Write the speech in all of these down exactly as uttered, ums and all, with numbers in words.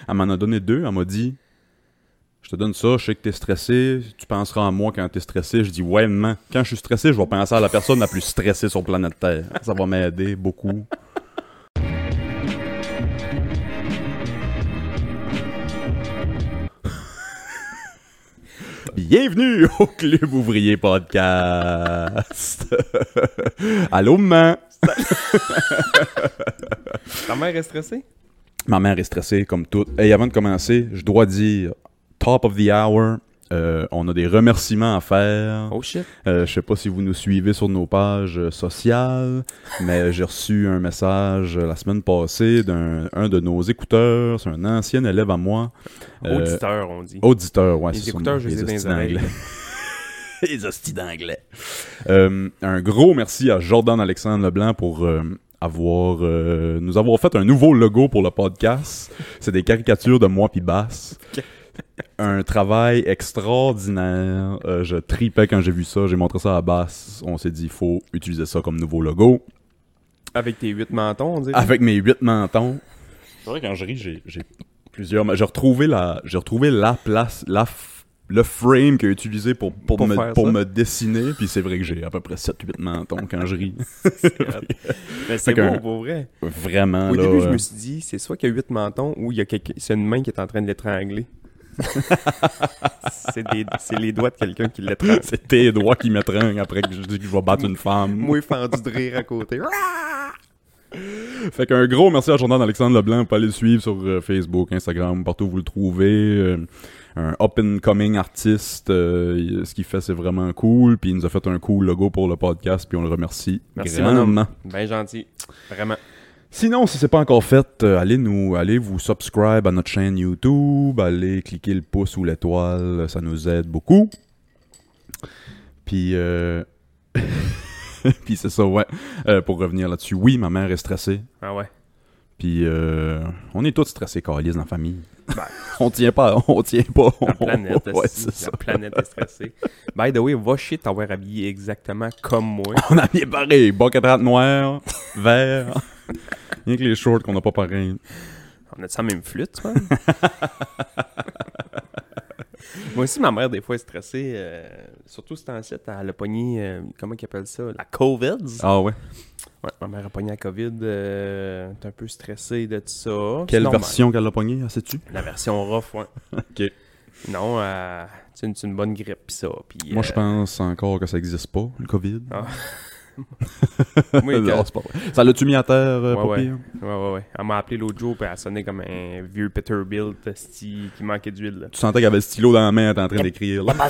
Elle m'en a donné deux. Elle m'a dit, je te donne ça, je sais que t'es stressé, tu penseras à moi quand t'es stressé. Je dis, ouais, maman, quand je suis stressé, je vais penser à la personne la plus stressée sur planète Terre. Ça va m'aider beaucoup. Bienvenue au Club Ouvrier Podcast. Allô, maman. Ta mère est stressée? Ma mère est stressée comme tout. Et avant de commencer, je dois dire, top of the hour, euh, on a des remerciements à faire. Oh shit. Euh, je sais pas si vous nous suivez sur nos pages euh, sociales, mais j'ai reçu un message euh, la semaine passée d'un un de nos écouteurs. C'est un ancien élève à moi. Euh, auditeur, on dit. Auditeur, ouais. Les c'est écouteurs, ça, je les ai dans les oreilles. Les hosties d'anglais. Euh, un gros merci à Jordan Alexandre Leblanc pour euh, avoir euh, nous avoir fait un nouveau logo pour le podcast. C'est des caricatures de moi pis Bass. Un travail extraordinaire. Euh, je tripais quand j'ai vu ça. J'ai montré ça à Bass. On s'est dit, il faut utiliser ça comme nouveau logo. Avec tes huit mentons, on dirait. Avec mes huit mentons. C'est vrai, quand je ris, j'ai, j'ai plusieurs... J'ai retrouvé la, j'ai retrouvé la place, la le frame qu'il a utilisé pour, pour, pour, me, pour me dessiner, puis c'est vrai que j'ai à peu près sept huit mentons quand je ris. C'est Mais c'est bon, pour vrai. Vraiment, Au là... Au début, euh... je me suis dit, c'est soit qu'il y a huit mentons, ou il y a quelque... c'est une main qui est en train de l'étrangler. c'est, des... c'est les doigts de quelqu'un qui l'étrangle. C'est tes doigts qui m'étranglent après que je dis que je vais battre une femme. Moi, fendu de rire à côté. Fait qu'un gros merci à Jordan Alexandre Leblanc. Vous pouvez aller le suivre sur euh, Facebook, Instagram, partout où vous le trouvez. Euh, un up-and-coming artiste. Euh, ce qu'il fait, c'est vraiment cool. Puis il nous a fait un cool logo pour le podcast. Puis on le remercie merci, grandement. Bien gentil. Vraiment. Sinon, si c'est pas encore fait, euh, allez nous, allez vous subscribe à notre chaîne YouTube. Allez cliquer le pouce ou l'étoile. Ça nous aide beaucoup. Puis... Euh... Puis c'est ça, ouais. Euh, pour revenir là-dessus, oui, ma mère est stressée. Ah ouais. Puis euh, on est tous stressés, câlisse, dans la famille. Ben, on tient pas, on tient pas. La planète, ouais, c'est ça. La planète est stressée. By the way, va chier de t'avoir habillé exactement comme moi. On a habillé pareil, bas quatre noir, vert. Rien que les shorts qu'on n'a pas pareil. On a ça même flûte, tu vois? Moi aussi, ma mère, des fois, est stressée. Euh, surtout ce temps-ci, elle a pogné, euh, comment ils appellent ça? La COVID. Ah ouais? Ouais, ma mère a pogné la COVID. Euh, t'es un peu stressée de tout ça. Quelle version qu'elle a pogné, sais-tu? La version rough, ouais. OK. Non, euh, c'est une, une bonne grippe, pis ça. Pis, Moi, euh... je pense encore que ça existe pas, le COVID. Ah. Oui, non, c'est pas vrai. Ça l'a-tu mis à terre, euh, ouais, pas pire? Ouais, ouais, ouais. Elle m'a appelé l'autre jour, puis elle sonnait comme un vieux Peterbilt sti... qui manquait d'huile. Là. Tu sentais qu'elle avait le stylo dans la main, elle était en train d'écrire. Là.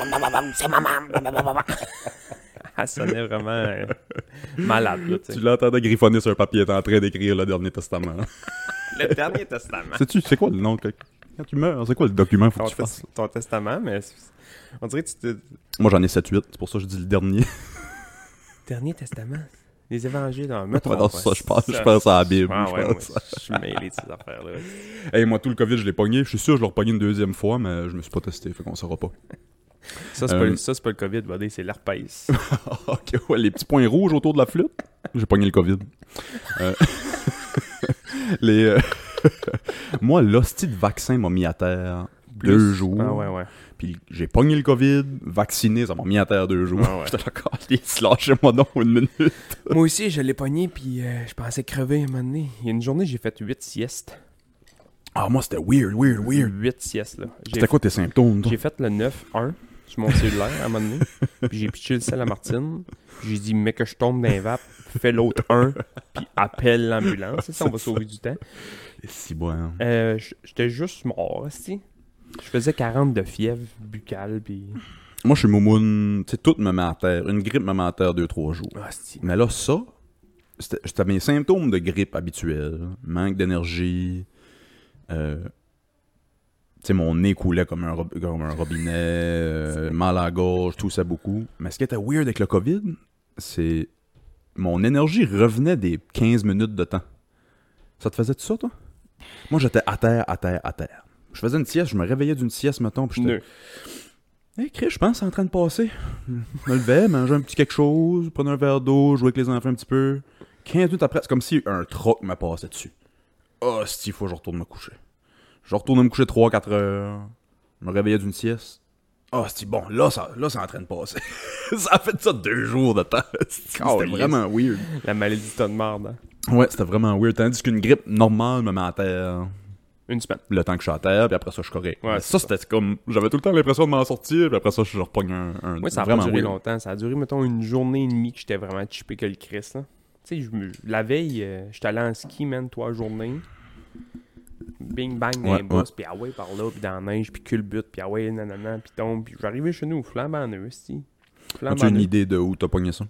Elle sonnait vraiment euh, malade. Là, tu l'entendais griffonner sur un papier, elle était en train d'écrire le Dernier Testament. Le Dernier Testament. Sais-tu, c'est quoi le nom? Quand tu meurs, c'est quoi le document faut ton que tu fasses? Ton testament, mais on dirait que tu te... Moi, j'en ai sept huit, c'est pour ça que je dis le dernier. Dernier Testament? Les évangiles, non, me trompe pas. Ça, je pense, je pense à la Bible. Ah, je ouais, pense. moi, je suis mêlé de ces affaires-là. Hey, moi, tout le COVID, je l'ai pogné. Je suis sûr que je l'ai repogné une deuxième fois, mais je me suis pas testé, fait qu'on saura pas. Ça, c'est, euh... pas, le, ça, c'est pas le COVID, buddy, c'est l'herpès. Ok, ouais, les petits points rouges autour de la flûte. J'ai pogné le COVID. euh... les... Euh... moi, l'hostie de vaccin m'a mis à terre Plus... deux jours. Ah ouais, ouais. Puis j'ai pogné le COVID, vacciné, ça m'a mis à terre deux jours. Ah ouais. J'étais là, calisse, lâchez-moi donc une minute. Moi aussi, je l'ai pogné, puis euh, je pensais crever un moment donné. Il y a une journée, j'ai fait huit siestes. Ah, moi, c'était weird, weird, weird. huit siestes, là. J'ai c'était quoi tes symptômes, toi? J'ai fait le neuf un sur mon cellulaire à un moment donné. Puis j'ai pitché le sel à Martine. Puis j'ai dit, mais que je tombe dans les vapes, fais l'autre un, puis appelle l'ambulance. C'est ça, on va sauver du temps. Et si bon. Euh, j'étais juste mort, aussi. Je faisais quarante de fièvre buccale, puis... Moi, je suis moumoune, tu sais, tout me met à terre. Une grippe me met à terre deux, trois jours. Ah, c'est... Mais là, ça, c'était, c'était mes symptômes de grippe habituels. Manque d'énergie. Euh, tu sais, mon nez coulait comme un, rob- comme un robinet. Euh, mal à la gorge, tout ça beaucoup. Mais ce qui était weird avec le COVID, c'est... Mon énergie revenait des quinze minutes de temps. Ça te faisait tout ça, toi? Moi, j'étais à terre, à terre, à terre. Je faisais une sieste, je me réveillais d'une sieste, mettons, puis j'étais... Hé, hey, Chris, je pense, c'est en train de passer. Je me levais, mangeais un petit quelque chose, prenais un verre d'eau, jouais avec les enfants un petit peu. quinze minutes après, c'est comme si un troc me passait dessus. Oh, c'ti, faut que je retourne me coucher. Je retournais me coucher trois quatre heures. Je me réveillais d'une sieste. Ah, oh, c'est bon, là, ça, là, ça est en train de passer. Ça a fait ça deux jours de temps. C'était Oh, vraiment weird. La maladie de merde. Hein? Ouais, c'était vraiment weird. Tandis qu'une grippe normale me met à terre. Une semaine. Le temps que je suis à terre, puis après ça, je suis correct. Ouais, ça, c'était comme... J'avais tout le temps l'impression de m'en sortir, puis après ça, je repogne un... un Moi, ça a vraiment pas duré weird. longtemps. Ça a duré, mettons, une journée et demie que j'étais vraiment chippé que le Christ, là. Tu sais, je me- la veille, euh, j'étais allé en ski, man, trois journées. Bing bang dans Ouais, les bosses, ouais. puis ah ouais par là, puis dans la neige, puis culbute, puis ah ouais nanana, puis tombe, puis j'arrivais chez nous, flambant neuf, si. As-tu une idée de où t'as pogné ça?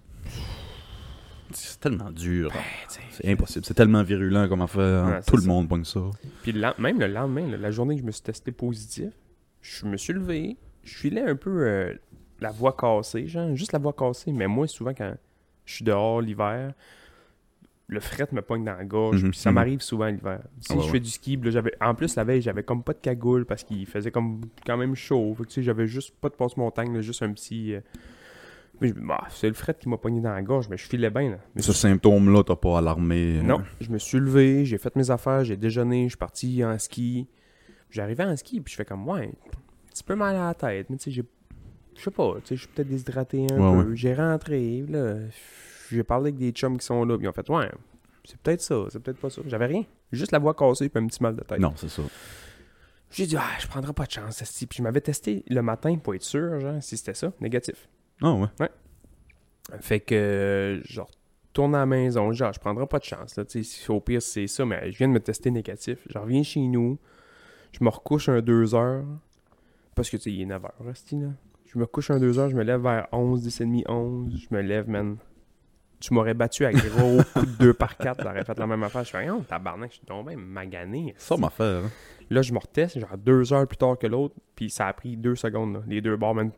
C'est tellement dur. Ben, t'sais, C'est impossible. C'est tellement virulent comme affaire. Hein. Ouais, c'est Tout le ça. monde pogne ça. Puis le lend- même le lendemain, là, la journée que je me suis testé positif, je me suis levé, je filais un peu euh, la voix cassée, genre, juste la voix cassée, mais moi, souvent, quand je suis dehors l'hiver, le fret me pogne dans la gorge, Mhm, puis ça mhm. m'arrive souvent l'hiver. Si Ouais, je ouais. fais du ski, puis là, j'avais... En plus, la veille, j'avais comme pas de cagoule parce qu'il faisait comme quand même chaud. Fait que, tu sais, j'avais juste pas de passe-montagne, là, juste un petit... euh, mais je- bah, c'est le fret qui m'a pogné dans la gorge, mais je filais bien, là. Mais Ce symptôme-là, t'as pas alarmé. euh, non, je me suis levé, j'ai fait mes affaires, j'ai déjeuné, je suis parti en ski. J'arrivais en ski, puis je fais comme, ouais, un petit peu mal à la tête, mais tu sais, j'ai. Je sais pas, tu sais, je suis peut-être déshydraté un Ouais, peu. ouais. J'ai rentré, là, j'ai parlé avec des chums qui sont là, puis ils ont fait, ouais, c'est peut-être ça, c'est peut-être pas ça. J'avais rien, juste la voix cassée, puis un petit mal de tête. Non, c'est ça. J'ai dit, ah, je prendrai pas de chance, esti. Puis je m'avais testé le matin pour être sûr, genre, si c'était ça, négatif. Ah ouais. Fait que euh, je retourne à la maison, genre je prendrai pas de chance là, tu sais, si au pire c'est ça, mais je viens de me tester négatif. Je reviens chez nous, je me recouche un deux heures, parce que tu sais, il est neuf heures, resti, là. Je me couche un deux heures, je me lève vers onze, dix et demi, onze, je me lève, man. Tu m'aurais battu à gros coup de deux par quatre, j'aurais fait la même affaire. Je fais, oh, tabarnak, je suis tombé magané. Ça m'a fait. Hein. Là, je me reteste, genre deux heures plus tard que l'autre, puis ça a pris deux secondes, là. Les deux bords, man.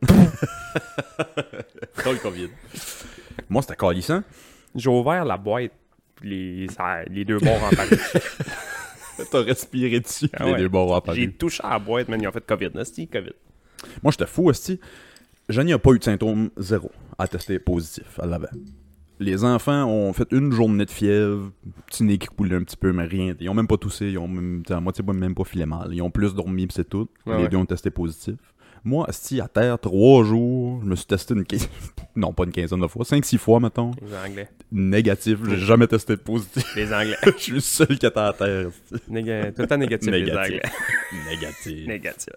Pas le COVID. Moi, c'était calissant. J'ai ouvert la boîte, puis les, ça- les deux bords en Paris. T'as respiré dessus. Ah les ouais. deux bords à Paris. J'ai touché à la boîte, man. Ils ont fait COVID. Nasty, COVID. Moi, j'étais fou, aussi. Je n'y ai pas eu de symptômes zéro à tester positif à l'avant. Les enfants ont fait une journée de fièvre, petit nez qui coulait un petit peu, mais rien. Ils ont même pas toussé, ils ont même, à moitié même pas filé mal. Ils ont plus dormi, pis c'est tout. Ouais, les ouais. deux ont testé positif. Moi, asti, à terre, trois jours, je me suis testé une quinzaine... Non, pas une quinzaine de fois, cinq six fois, mettons. Les Anglais. Négatif, j'ai jamais testé de positif. Les Anglais. Je suis le seul qui était à terre. asti. Néga- Tout le temps négatif, les Négatif. Anglais. Négatif. Négatif.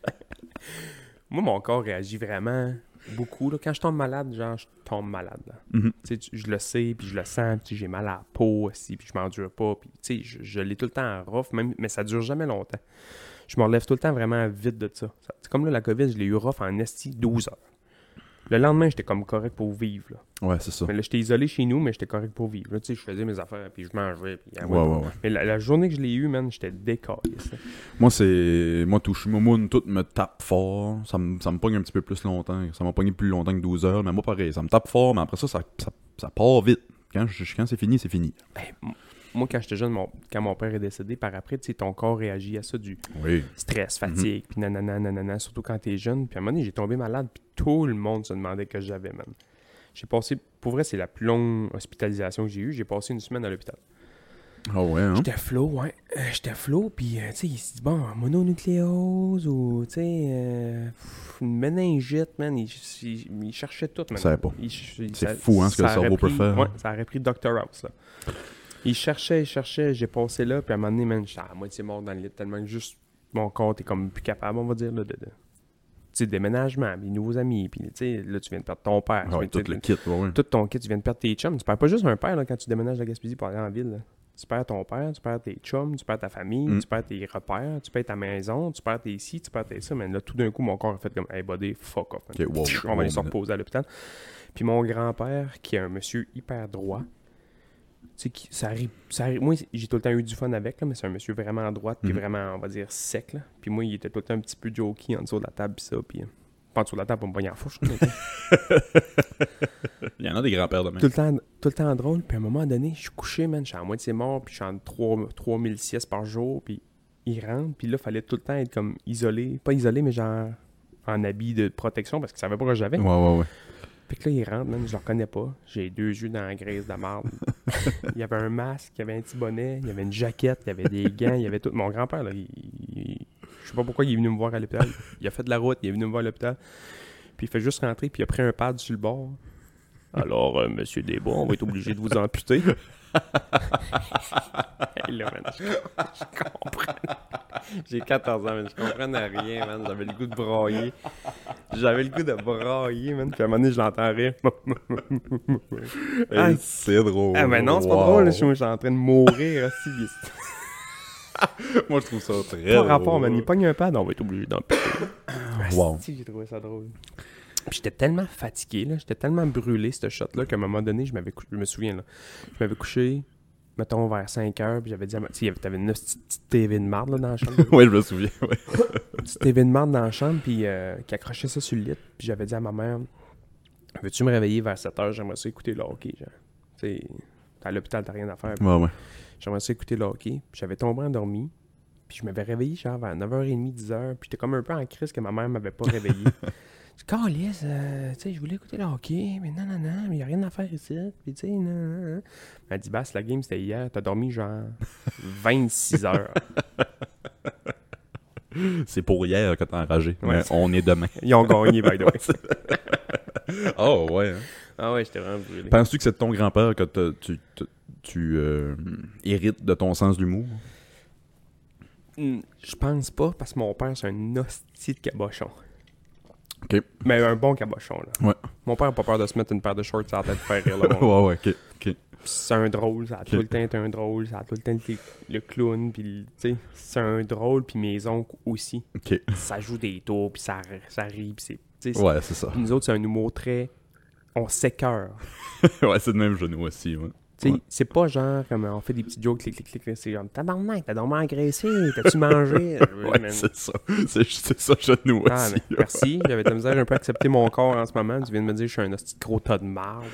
Moi, mon corps réagit vraiment beaucoup. Là. Quand je tombe malade, genre, je tombe malade. Là. Mhm. Tu sais, tu- je le sais, puis je le sens, puis j'ai mal à la peau aussi, puis je m'endure pas. Puis, tu sais, je, je l'ai tout le temps en rough, même, mais ça dure jamais longtemps. Je me relève tout le temps vraiment vite de ça. Ça- c'est comme là, la COVID, je l'ai eu rough en esti douze heures. Le lendemain, j'étais comme correct pour vivre. Là. Ouais, c'est ça. Mais là, j'étais isolé chez nous, mais j'étais correct pour vivre. Là, tu sais, je faisais mes affaires, puis je mangeais. Puis, ah Ouais, ouais, ouais. Mais la, la journée que je l'ai eu, man, j'étais décalé. ça. Moi, c'est. Moi, touche moumoune, tout me tape fort. Ça me, ça me pogne un petit peu plus longtemps. Ça m'a pogné plus longtemps que douze heures. Mais moi, pareil, ça me tape fort, mais après ça, ça, ça, ça part vite. Quand, je- quand c'est fini, c'est fini. Ben, m- moi, quand j'étais jeune, mon- quand mon père est décédé, par après, tu sais, ton corps réagit à ça, du Oui. stress, fatigue, puis nanana, nanana, surtout quand t'es jeune. Puis à un moment donné, j'ai tombé malade, puis tout le monde se demandait que j'avais, man. J'ai passé, pour vrai, c'est la plus longue hospitalisation que j'ai eue. J'ai passé une semaine à l'hôpital. Ah ouais, hein? J'étais flot, ouais. Euh, J'étais flot, puis, euh, tu sais, il s'est dit, bon, mononucléose ou, tu sais, euh, pff, une méningite, man. Il, il- il cherchait tout, man. Je savais pas. Il ch- il- C'est ça- fou, hein, ce que le ça aurait cerveau peut pris- faire. Ouais, ça aurait pris docteur House, là. Il cherchait, il cherchait, j'ai passé là, puis à un moment donné, man, j'étais à moitié mort dans le lit, tellement que juste mon corps, t'es comme plus capable, on va dire, là, de... de tu sais, déménagement, des nouveaux amis, puis, tu sais, là, tu viens de perdre ton père. tu Ouais, viens tout de- le kit, ouais, ouais. tout ton kit, tu viens de perdre tes chums. Tu perds pas juste un père là, quand tu déménages de Gaspésie pour aller en ville. là. Tu perds ton père, tu perds tes chums, tu perds ta famille, Mm. tu perds tes repères, tu perds ta maison, tu perds tes ci, tu perds tes ça. Mais là, tout d'un coup, mon corps a fait comme, hey buddy, fuck off. man. Ok, wow, On va wow, aller se minute. reposer à l'hôpital. Puis mon grand-père, qui est un monsieur hyper droit, tu sais, qui- ça arrive, ça arrive- moi, j'ai tout le temps eu du fun avec, là, mais c'est un monsieur vraiment droit, puis Mhm. vraiment, on va dire, sec. Là. Puis moi, il était tout le temps un petit peu jokey en dessous de la table, puis ça, puis euh, pas en dessous de la table pour me pogner en fourche. là, mais- Il y en a des grands-pères demain. tout le temps tout le temps drôle, puis à un moment donné, je suis couché, man, je suis à moitié mort, puis je suis en trois mille siestes par jour, puis il rentre, puis là, il fallait tout le temps être comme isolé, pas isolé, mais genre en habit de protection, parce qu'il savait pas que j'avais. Ouais, ouais, ouais. Puis que là, il rentre, man, je le reconnais pas, j'ai deux yeux dans la graisse de la marde. Il y avait un masque, il y avait un petit bonnet, il y avait une jaquette, il y avait des gants, il y avait tout. Mon grand-père, là, il, il- Je sais pas pourquoi il est venu me voir à l'hôpital. Il a fait de la route, il est venu me voir à l'hôpital. Puis il fait juste rentrer, puis il a pris un pad sur le bord. Alors, euh, monsieur Desbois, on va être obligé de vous amputer. Hey, là, man, je, je comprends. J'ai quatorze ans, mais je comprenais rien, man. J'avais le goût de brailler. J'avais le goût de brailler, man. Puis à un moment donné, je l'entends rire. Ah, c'est drôle. Ah, mais non, c'est wow. pas drôle. Là, je suis en train de mourir aussi. Moi, je trouve ça très Pas drôle. rapport, man. Il pogne un pad, on va être obligé d'amputer. Wow. Si, j'ai trouvé ça drôle. Puis j'étais tellement fatigué, là, j'étais tellement brûlé, ce shot-là, qu'à un moment donné, je m'avais cou... je me souviens, là, je m'avais couché, mettons, vers cinq heures, puis j'avais dit, tu sais, t'avais une petite, petite T V de marde, là, dans la chambre. Oui, je me souviens, ouais. Une petite T V de marde dans la chambre, puis euh, qui accrochait ça sur le lit, puis j'avais dit à ma mère, veux-tu me réveiller vers sept heures, j'aimerais ça écouter le hockey, genre. Tu sais, t'es à l'hôpital, t'as rien à faire. Ouais, ouais. J'aimerais ça écouter le hockey, puis j'avais tombé endormi, puis je m'avais réveillé, genre, vers neuf heures trente, dix heures, puis j'étais comme un peu en crise que ma mère m'avait pas réveillé. Je dis, Calisse, euh, tu sais, je voulais écouter le hockey, mais non, non, non, mais il n'y a rien à faire ici. Puis, tu sais, non, non, non. Elle dit, Basse, la game, c'était hier. T'as dormi genre vingt-six heures. C'est pour hier que t'es enragé. Ouais, mais on est demain. Ils ont gagné, by the way. Oh, ouais. Hein. Ah ouais, j'étais vraiment brûlé. Penses-tu que c'est de ton grand-père que t'as- tu, tu, tu euh, hérites de ton sens d'humour? Hmm, Je pense pas, parce que mon père, c'est un hostie de cabochon. OK. Mais un bon cabochon, là. Ouais. Mon père a pas peur de se mettre une paire de shorts sur la tête pour faire rire le monde. Ouais, ouais, OK. OK. Puis c'est un drôle, ça a tout le temps été un drôle, ça a tout le temps été le clown, puis le- tu sais, c'est un drôle, puis mes oncles aussi. OK. Ça joue des tours, puis ça, ça rit, puis c'est... tu sais, c'est- Ouais, c'est ça. Puis nous autres, c'est un humour très... On s'écœure. Ouais, c'est de même genou aussi, ouais. Tu sais, Ouais. c'est pas genre comme on fait des petits jokes, clic, clic, clic, clic, c'est comme tabarnak, t'as donc engraissé, t'as-tu mangé? Ouais, Man. c'est ça. C'est, c'est ça, genou Ah, aussi. mais merci, j'avais de la misère un peu à accepter mon corps en ce moment. Tu viens de me dire que je suis un petit gros tas de marde.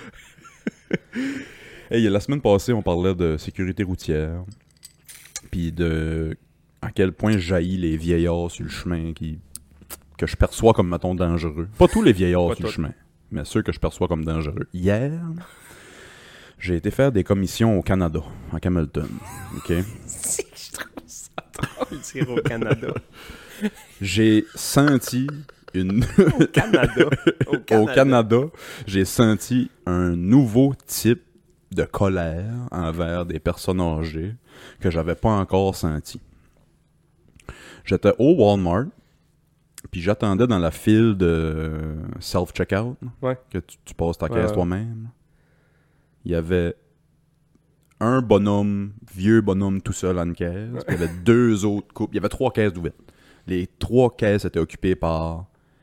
Hey, la semaine passée, on parlait de sécurité routière. Puis de à quel point jaillit les vieillards sur le chemin qui que je perçois comme, mettons, dangereux. Pas tous les vieillards Pas sur le tous. chemin, mais ceux que je perçois comme dangereux. Hier, j'ai été faire des commissions au Canada, à Hamilton. OK? Si, je trouve ça drôle, dire au Canada. J'ai senti une... Au Canada. Au Canada. Au Canada, j'ai senti un nouveau type de colère envers des personnes âgées que j'avais pas encore senti. J'étais au Walmart, puis j'attendais dans la file de self-checkout, Ouais. que tu, tu passes ta Ouais, caisse ouais. toi-même. Il y avait un bonhomme, vieux bonhomme tout seul à une caisse, puis il y avait deux autres couples. Il y avait trois caisses ouvertes. Les trois caisses étaient occupées par...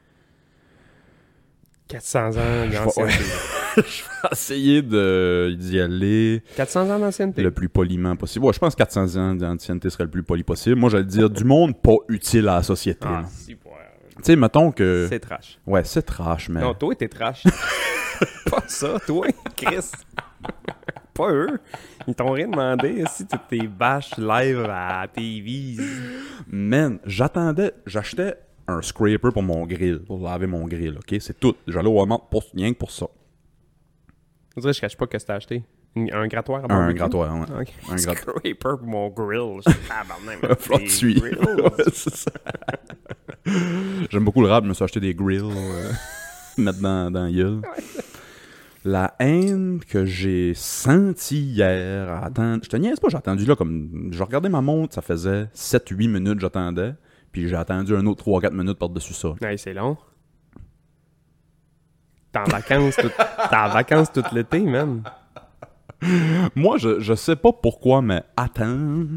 quatre cents ans Je vais- d'ancienneté. Je vais essayer de, d'y aller quatre cents ans d'ancienneté. le plus poliment possible. Ouais, je pense que quatre cents ans d'ancienneté serait le plus poli possible. Moi, j'allais dire du monde pas utile à la société. Ah, là. si, ouais. Tu sais, mettons que... C'est trash. Ouais, c'est trash, mais... Non, toi, t'es trash. Pas ça, toi, Chris. Pas eux. Ils t'ont rien demandé si toutes tes bâches live à T V. Man, j'attendais... J'achetais un scraper pour mon grill, pour laver mon grill, OK? C'est tout. J'allais au Walmart pour, rien que pour ça. On dirait que je cache pas que t'as acheté. Un, un grattoir à Un barbecue? grattoir, ouais. Ok. Un grat- Scraper pour mon grill. Je suis tabarnak, mais Faut des que tu y- grills. Ouais, c'est ça. J'aime beaucoup le rap, je me suis acheté des grills, euh, mettre dans, dans la gueule. La haine que j'ai sentie hier, à attendre, je te niaise pas, j'ai attendu là comme, je regardais ma montre, ça faisait sept huit minutes j'attendais, puis j'ai attendu un autre trois quatre minutes par-dessus ça. Hey, c'est long. T'es en vacances tout, t'es en vacances tout l'été, man. Moi, je, je sais pas pourquoi, mais attends...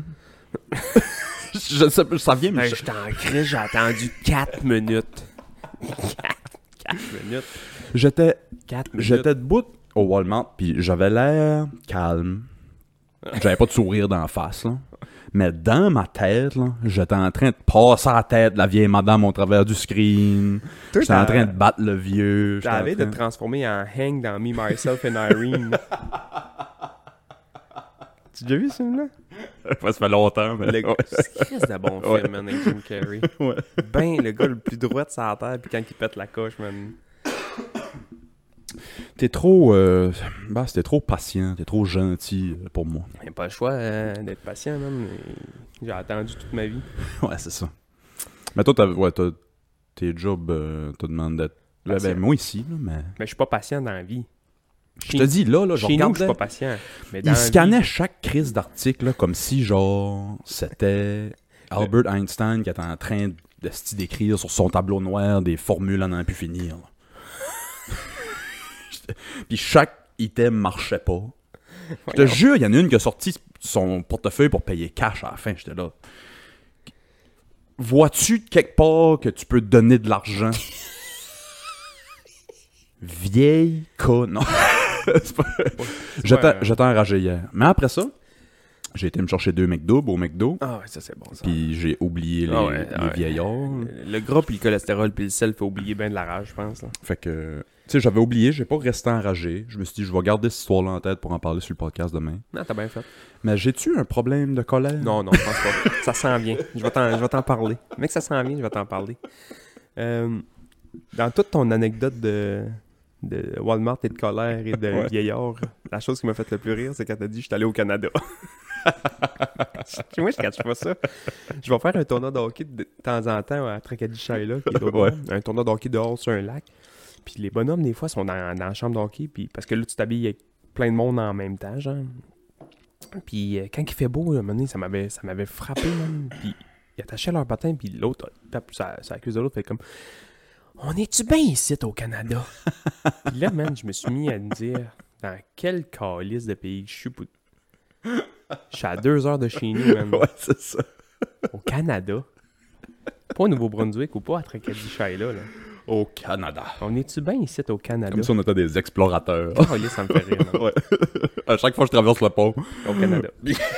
je sais, ça vient... me Hey, j'étais en crise, j'ai attendu quatre minutes. quatre minutes. J'étais... quatre minutes. J'étais debout au Walmart, puis j'avais l'air calme. J'avais pas de sourire d'en face, là. Mais dans ma tête, là, j'étais en train de passer la tête de la vieille madame au travers du screen. Toi, J'étais en t'as- train de battre le vieux. J'étais en T'avais de train- te transformer en Hank dans Me, Myself and Irene. Tu as déjà vu ce film-là? Ouais, ça fait longtemps, mais... Le... Ouais. C'est Christ de bon film, Ouais. man, avec Jim Carrey. Ouais. Ben, le gars le plus droit de sa terre, puis quand il pète la coche, man. T'es trop... Euh... Bah, c'était trop patient, t'es trop gentil euh, pour moi. J'ai pas le choix euh, d'être patient, man. mais J'ai attendu toute ma vie. Ouais, c'est ça. Mais toi, t'as, ouais, t'as, tes jobs euh, te demandent d'être... Ben, ben, moi ici, là, mais... Mais je suis pas patient dans la vie. Je te dis, là, là, je Chez nous, je regardais... suis pas patient. Mais dans Il la scannait vie, chaque crise d'article là, comme si, genre, c'était Albert Einstein qui était en train de, de d'écrire sur son tableau noir des formules à n'en plus finir. Puis chaque item marchait pas. Je te jure, il y en a une qui a sorti son portefeuille pour payer cash à la fin. J'étais là. Vois-tu quelque part que tu peux donner de l'argent? Vieille con... Non. C'est pas... J'étais, ouais, j'étais enragé hier. Mais après ça, j'ai été me chercher deux McDo au McDo. Ah ouais, ça c'est bon ça. Puis j'ai oublié les, Ah ouais, les ah ouais. vieillards. Le gras, puis le cholestérol, puis le sel fait oublier bien de la rage, je pense. Là. Fait que, tu sais, j'avais oublié, j'ai pas resté enragé. Je me suis dit, je vais garder cette histoire-là en tête pour en parler sur le podcast demain. Non, t'as bien fait. Mais j'ai-tu un problème de colère? Non, non, je pense pas. Ça s'en vient. Je vais t'en, je vais t'en parler. Mec, ça s'en vient, je vais t'en parler. Euh, dans toute ton anecdote de, de Walmart et de colère et de Ouais. vieillard, la chose qui m'a fait le plus rire, c'est quand t'as dit « Je suis allé au Canada ». Moi, je ne cache pas ça. Je vais faire un tournoi de hockey de temps en temps à Tracadie-Shaila, qui est au Ouais. un tournoi de hockey dehors sur un lac. Puis les bonhommes, des fois, sont dans, dans la chambre de hockey, puis parce que là, tu t'habilles avec plein de monde en même temps, genre. Puis euh, quand il fait beau, à un moment donné, ça m'avait, ça m'avait frappé, man. Puis ils attachaient leur patin, puis l'autre tape ça, ça accuse de l'autre, fait comme « On est-tu bien ici, au Canada? » Puis là, man, je me suis mis à me dire « Dans quel calice de pays je suis pour... Je suis à deux heures de chez nous, man. Ouais, c'est ça. Au Canada. Pas au Nouveau-Brunswick ou pas à Tracadie-Shaila, là. Au Canada. On est-tu bien ici, au Canada? Comme si on était des explorateurs. Oh, là, ça me fait rire, man. Ouais. À chaque fois que je traverse le pont, Au Canada.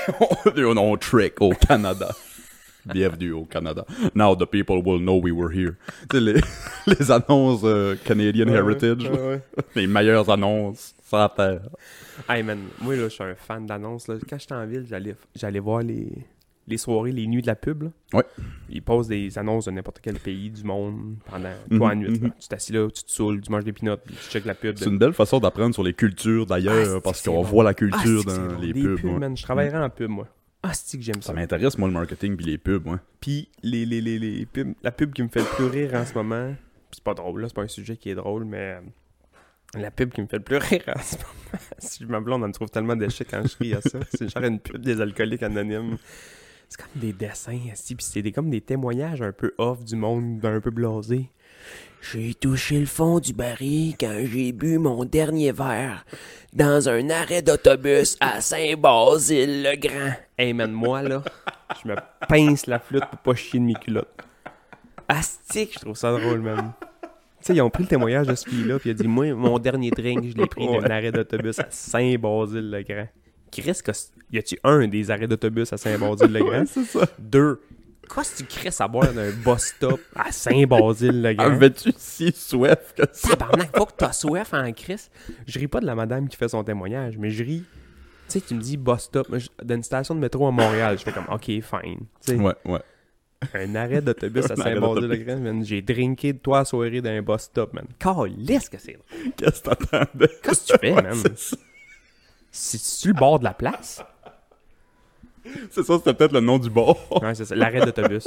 on, on trick au Canada. Bienvenue au Canada. Now the people will know we were here. Tu sais, les, les annonces euh, Canadian Ouais, Heritage, ouais, ouais. les meilleures annonces sur la terre. Hey, man, moi, là, je suis un fan d'annonces, là. Quand j'étais en ville, j'allais, j'allais voir les, les soirées, les nuits de la pub, là. Ouais. Ils posent des annonces de n'importe quel pays du monde pendant Mhm, trois nuits. mhm. là. Tu t'assis là, tu te saoules, tu manges des peanuts, puis tu checkes la pub. C'est une belle façon d'apprendre sur les cultures d'ailleurs, Ah, parce c'est qu'on bon. voit la Ah, culture c'est que c'est dans bon. les Des pubs. pubs, ouais. man. Je travaillerais en pub, moi. Ah, c'est que j'aime ça. Ça m'intéresse, moi, le marketing puis les pubs, ouais. Puis les, les, les, les pubs, la pub qui me fait le plus rire en ce moment, c'est pas drôle, là, c'est pas un sujet qui est drôle, mais euh, la pub qui me fait le plus rire en ce moment, si je me blonde, on me trouve tellement déchets quand je ris à ça. C'est genre une pub des alcooliques anonymes. C'est comme des dessins, aussi, puis c'est des, comme des témoignages un peu off du monde, un peu blasé. J'ai touché le fond du baril quand j'ai bu mon dernier verre dans un arrêt d'autobus à Saint-Basile-le-Grand. Hey man, moi là, je me pince la flûte pour pas chier de mes culottes. Astique, je trouve ça drôle, man. Tu sais, ils ont pris le témoignage de ce fille-là, puis il a dit, moi, mon dernier drink, je l'ai pris d'un Ouais. arrêt d'autobus à Saint-Basile-le-Grand. Chris, y a-tu un des arrêts d'autobus à Saint-Basile-le-Grand? c'est ça. Deux. Quoi si tu crisses à boire d'un bus-stop à Saint-Basile-le-Grand? Avais-tu si soif que ça? Tabarnak, faut que t'as soif en Chris. Je ris pas de la madame qui fait son témoignage, mais je ris. Tu sais, tu me dis bus-stop moi, je- d'une station de métro à Montréal. Je fais comme, OK, fine. Tu sais, Ouais, ouais. un arrêt d'autobus à Un arrêt Saint-Basile-le-Grand, man. J'ai drinké de toi à soirée d'un bus-stop, man. Calisse que c'est drôle. Qu'est-ce que t'attendais? Qu'est-ce que tu fais, man? C'est ça, C'est-tu le bord de la place? c'est ça, c'était peut-être le nom du bar. Ouais, c'est ça, l'arrêt d'autobus.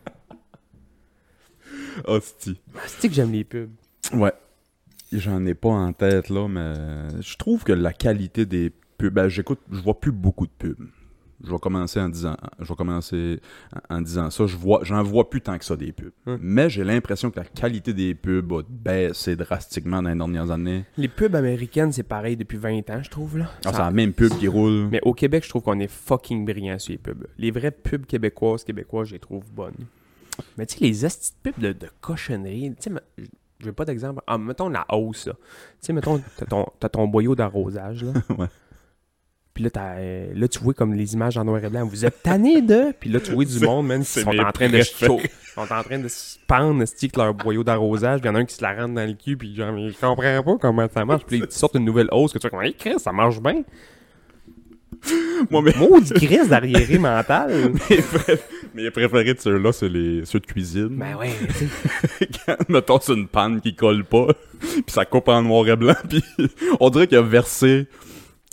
Hostie. C'est que j'aime les pubs. Ouais. J'en ai pas en tête, là, mais je trouve que la qualité des pubs... Ben, j'écoute... Je vois plus beaucoup de pubs. Je vais commencer en disant... Je vais commencer en en disant ça. Je vois... J'en vois plus tant que ça, des pubs. Hum. Mais j'ai l'impression que la qualité des pubs a baissé drastiquement dans les dernières années. Les pubs américaines, c'est pareil depuis vingt ans, je trouve, là. Ah, c'est la même pub qui roule. Mais au Québec, je trouve qu'on est fucking brillants sur les pubs. Les vraies pubs québécoises, québécois, je les trouve bonnes. Mais tu sais, les estis de pubs de, de cochonnerie, tu sais, ma- je veux pas d'exemple. Ah, mettons la hausse, là. Tu sais, mettons, t'as ton, t'as ton boyau d'arrosage, là. Ouais. Puis là, t'as, euh, là, tu vois comme les images en noir et blanc. Vous êtes tannés de... Puis là, tu vois du C'est- monde, man, qui c'est sont mes en train de se préférés. chaud- sont en train de se pendre, esti, avec leur boyau d'arrosage. Puis il y en a un qui se la rentre dans le cul, puis genre, mais je comprends pas comment ça marche. Puis là, ils te sortent une nouvelle hausse que tu fais comme, hey, Chris, ça marche bien. Moi, mais... Maudit Chris d'arriéré mental. mes, pré- mes préférés de ceux-là, c'est les... ceux de cuisine. Ben ouais, tu sais. Quand, mettons, c'est une panne qui colle pas, puis ça coupe en noir et blanc, puis on dirait qu'il a versé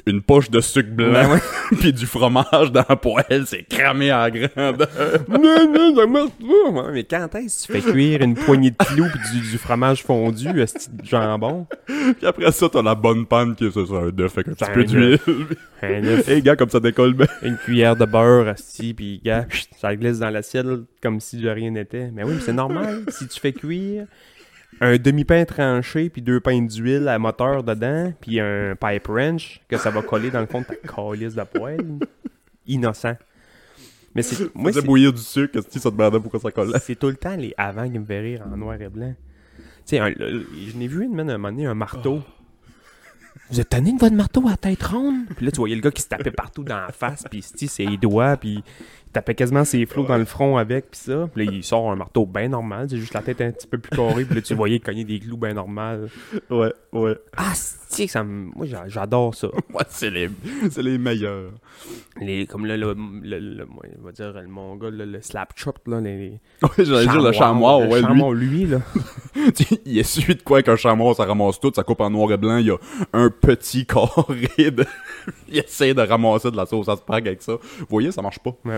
une poche de sucre blanc, Ben ouais. puis du fromage dans la poêle, c'est cramé en grande. Non, non, ça marche pas. Ouais, mais quand est-ce que tu fais cuire une poignée de clous pis du, du fromage fondu, un petit jambon? Puis après ça, t'as la bonne panne qui est ça, c'est un œuf avec un petit C'est peu un d'huile. Un œuf. Hey gars, comme ça décolle bien. Une cuillère de beurre, asti, pis gars, chut, ça glisse dans l'assiette là, comme si de rien n'était. Mais oui, mais c'est normal. Si tu fais cuire un demi-pain tranché puis deux pains d'huile à moteur dedans, puis un pipe wrench que ça va coller dans le fond de ta calice de poêle, innocent. Mais c'est moi Moi, c'est c'est, bouillir du sucre, si ça te demandait pourquoi ça colle. c'est tout le temps les avant qui me fait rire en noir et blanc. Tu sais, un- le- je n'ai vu une man, un moment donné, un marteau. Vous êtes tanné de votre marteau à tête ronde? Puis là, tu voyais le gars qui se tapait partout dans la face, puis il ses doigts, puis il tapait quasiment ses flots dans le front avec, puis ça. Puis là, il sort un marteau bien normal, c'est juste la tête un petit peu plus carrée, puis là, tu voyais cogner des clous bien normal. Ouais, ouais. Ah, c'est ça me... Moi, j'a- j'adore ça. Moi, c'est les, c'est les meilleurs. Les, comme là, le, le, le- moi, on va dire, le mongol, là, le slap chop, là, les... Ouais, j'allais dire le chamois, le ouais, lui. chamois, lui, là. Il essuie de quoi qu'un chamois, ça ramasse tout, ça coupe en noir et blanc, il y a un petit carré de... il essaie de ramasser de la sauce à spag avec ça. Vous voyez, ça marche pas. Ouais.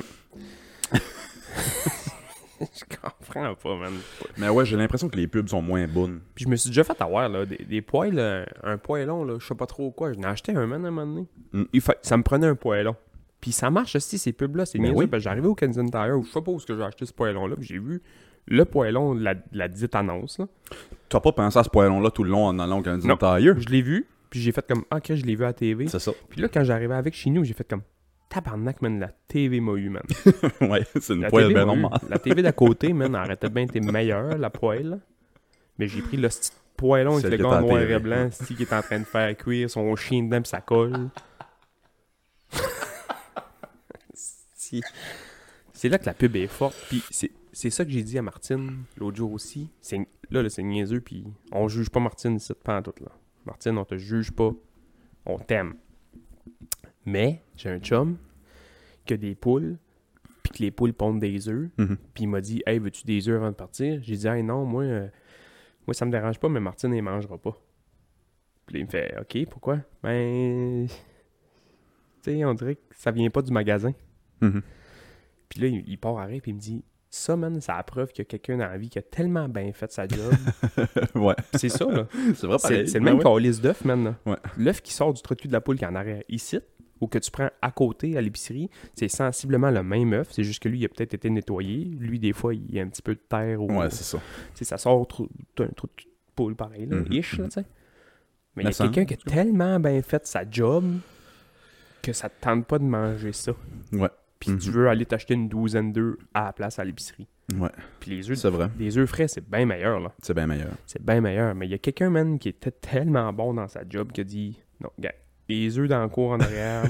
Je comprends pas, man. Mais ouais, j'ai l'impression que les pubs sont moins bonnes. Puis je me suis déjà fait avoir, là, des, des poêles, euh, un poêlon, là, je sais pas trop quoi. J'en ai acheté un, man, à un moment donné. Mm. Il fa- Ça me prenait un poêlon. Puis ça marche aussi, ces pubs-là, c'est Ben niaiseux, oui. parce que j'arrivais au Kensington Tire, où je sais pas où est-ce que j'ai acheté ce poêlon-là, puis j'ai vu le poêlon de la, de la dite annonce, là. Tu as pas pensé à ce poêlon-là tout le long en allant au Canadien Non. Tire? Je l'ai vu, puis j'ai fait comme, ah, ok, je l'ai vu à la T V. C'est ça. Puis là, quand j'arrivais avec chez nous, j'ai fait comme, tabarnak, man, la T V m'a eu, man. Ouais, c'est une La poêle T V bien m'a eu. normale. La T V d'à côté, man, arrêtait bien été meilleure, la poêle. là. Mais j'ai pris le petit poêlon avec Celle le que gars t'as en noir à T V. et blanc, c'ti, qui est en train de faire cuire son chien dedans pis ça colle. Si. C'est là que la pub est forte. Puis c'est, c'est ça que j'ai dit à Martine l'autre jour aussi. C'est, là, là, c'est niaiseux, puis on juge pas Martine ici, pas en tout, là. Martine, on te juge pas. On t'aime. Mais j'ai un chum qui a des poules, puis que les poules pondent des œufs. Mhm. Puis il m'a dit, hey, veux-tu des œufs avant de partir? J'ai dit, hey, non, moi, euh, moi ça me dérange pas, mais Martine, elle mangera pas. Puis là, il me fait, ok, pourquoi? Ben, tu sais, on dirait que ça vient pas du magasin. Mhm. Puis là, il, il part à rire, puis il me dit, ça, man, c'est la preuve qu'il y a quelqu'un dans la vie qui a tellement bien fait sa job. Ouais. Puis c'est ça, là. C'est vrai, C'est, pareil. c'est le Ben même ouais. calice d'œuf, man. Là. Ouais. L'œuf qui sort du trou de cul de la poule qui est en arrière ici, ou que tu prends à côté à l'épicerie, c'est sensiblement le même œuf. C'est juste que lui, il a peut-être été nettoyé. Lui, des fois, il y a un petit peu de terre. Ou, Ouais, c'est ça. tu sais, ça sort trou- d'un trou de cul de poule pareil, là, Mhm, ish, là, tu sais. Mais il y Me a semble. quelqu'un qui a tellement bien fait sa job que ça te tente pas de manger ça. Ouais. Puis Mhm. tu veux aller t'acheter une douzaine d'œufs à la place à l'épicerie. Ouais. Puis les œufs, C'est vrai. les œufs frais, c'est bien meilleur, là. C'est bien meilleur. C'est bien meilleur. Mais il y a quelqu'un, man, qui était tellement bon dans sa job qui a dit non, gars, les œufs dans le cours en arrière,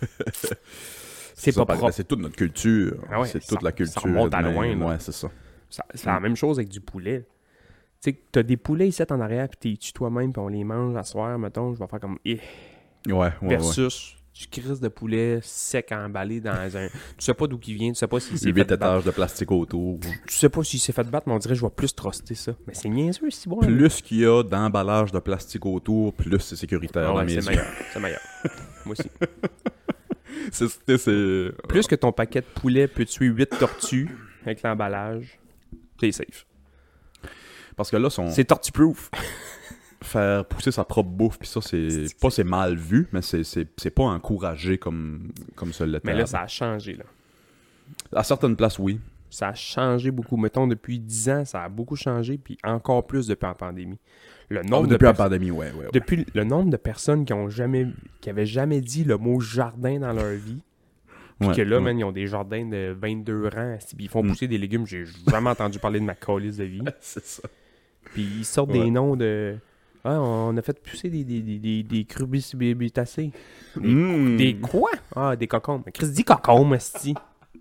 c'est ça, pas par- propre. C'est toute notre culture. Ah ouais, c'est ça- toute la ça culture. remonte à mais- loin, là. Ouais, c'est ça. Ça- C'est la même chose avec du poulet. Tu sais, t'as des poulets ici en arrière, puis t'es tues toi-même, puis on les mange à soir, mettons, je vais faire comme eh, Ouais, ouais, ouais. versus du crise de poulet sec emballé dans un. Tu sais pas d'où il vient, tu sais pas s'il s'est huit fait battre. étages de plastique autour. Tu sais pas s'il s'est fait battre, mais on dirait que je vais plus truster ça. Mais c'est niaiseux, si bon. Plus qu'il y a d'emballage de plastique autour, plus c'est sécuritaire Ah dans ouais, mes c'est yeux. meilleur. C'est meilleur. Moi aussi. C'est... c'est- c'est- Plus que ton paquet de poulet peut tuer huit tortues avec l'emballage, t'es safe. Parce que là, son... C'est tortue-proof. faire pousser sa propre bouffe, puis ça, c'est... Pas c'est mal vu, mais c'est, c'est... c'est pas encouragé comme, comme ça l'était. Mais là, ça a changé, là. À certaines places, oui. Ça a changé beaucoup. Mettons, depuis dix ans, ça a beaucoup changé, puis encore plus depuis la pandémie. Le Ah, nombre de depuis la pers- pandémie, ouais, ouais, ouais. Depuis le nombre de personnes qui ont jamais qui avaient jamais dit le mot jardin dans leur vie, puis Ouais, que là, ouais. man, ils ont des jardins de vingt-deux rangs, puis ils font Mm. pousser des légumes. J'ai jamais entendu parler de ma calice de vie. C'est ça. Puis ils sortent Ouais. des noms de... Ah, on a fait pousser des, des, des, des, des crubicibitacées. Des, Mm. des quoi? Ah, des cocombes. Chris dit cocombe, esti.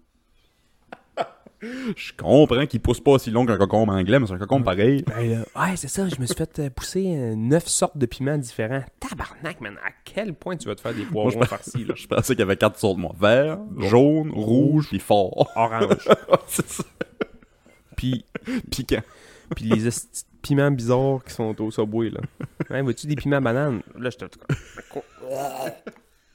Je comprends qu'il pousse pas aussi long qu'un cocombe anglais, mais c'est un cocombe pareil. Ben là, ouais, c'est ça. Je me suis fait euh, pousser euh, neuf sortes de piments différents. Tabarnak, man. À quel point tu vas te faire des Moi, je poivrons farcis, là? Je pensais qu'il y avait quatre sortes, moi. Vert, jaune, rouge, puis fort. Orange. C'est ça. Puis, Piquant. puis les esti de piments bizarres qui sont au Subway, là. Hein, vois-tu des piments bananes? Là, j'étais tout comme...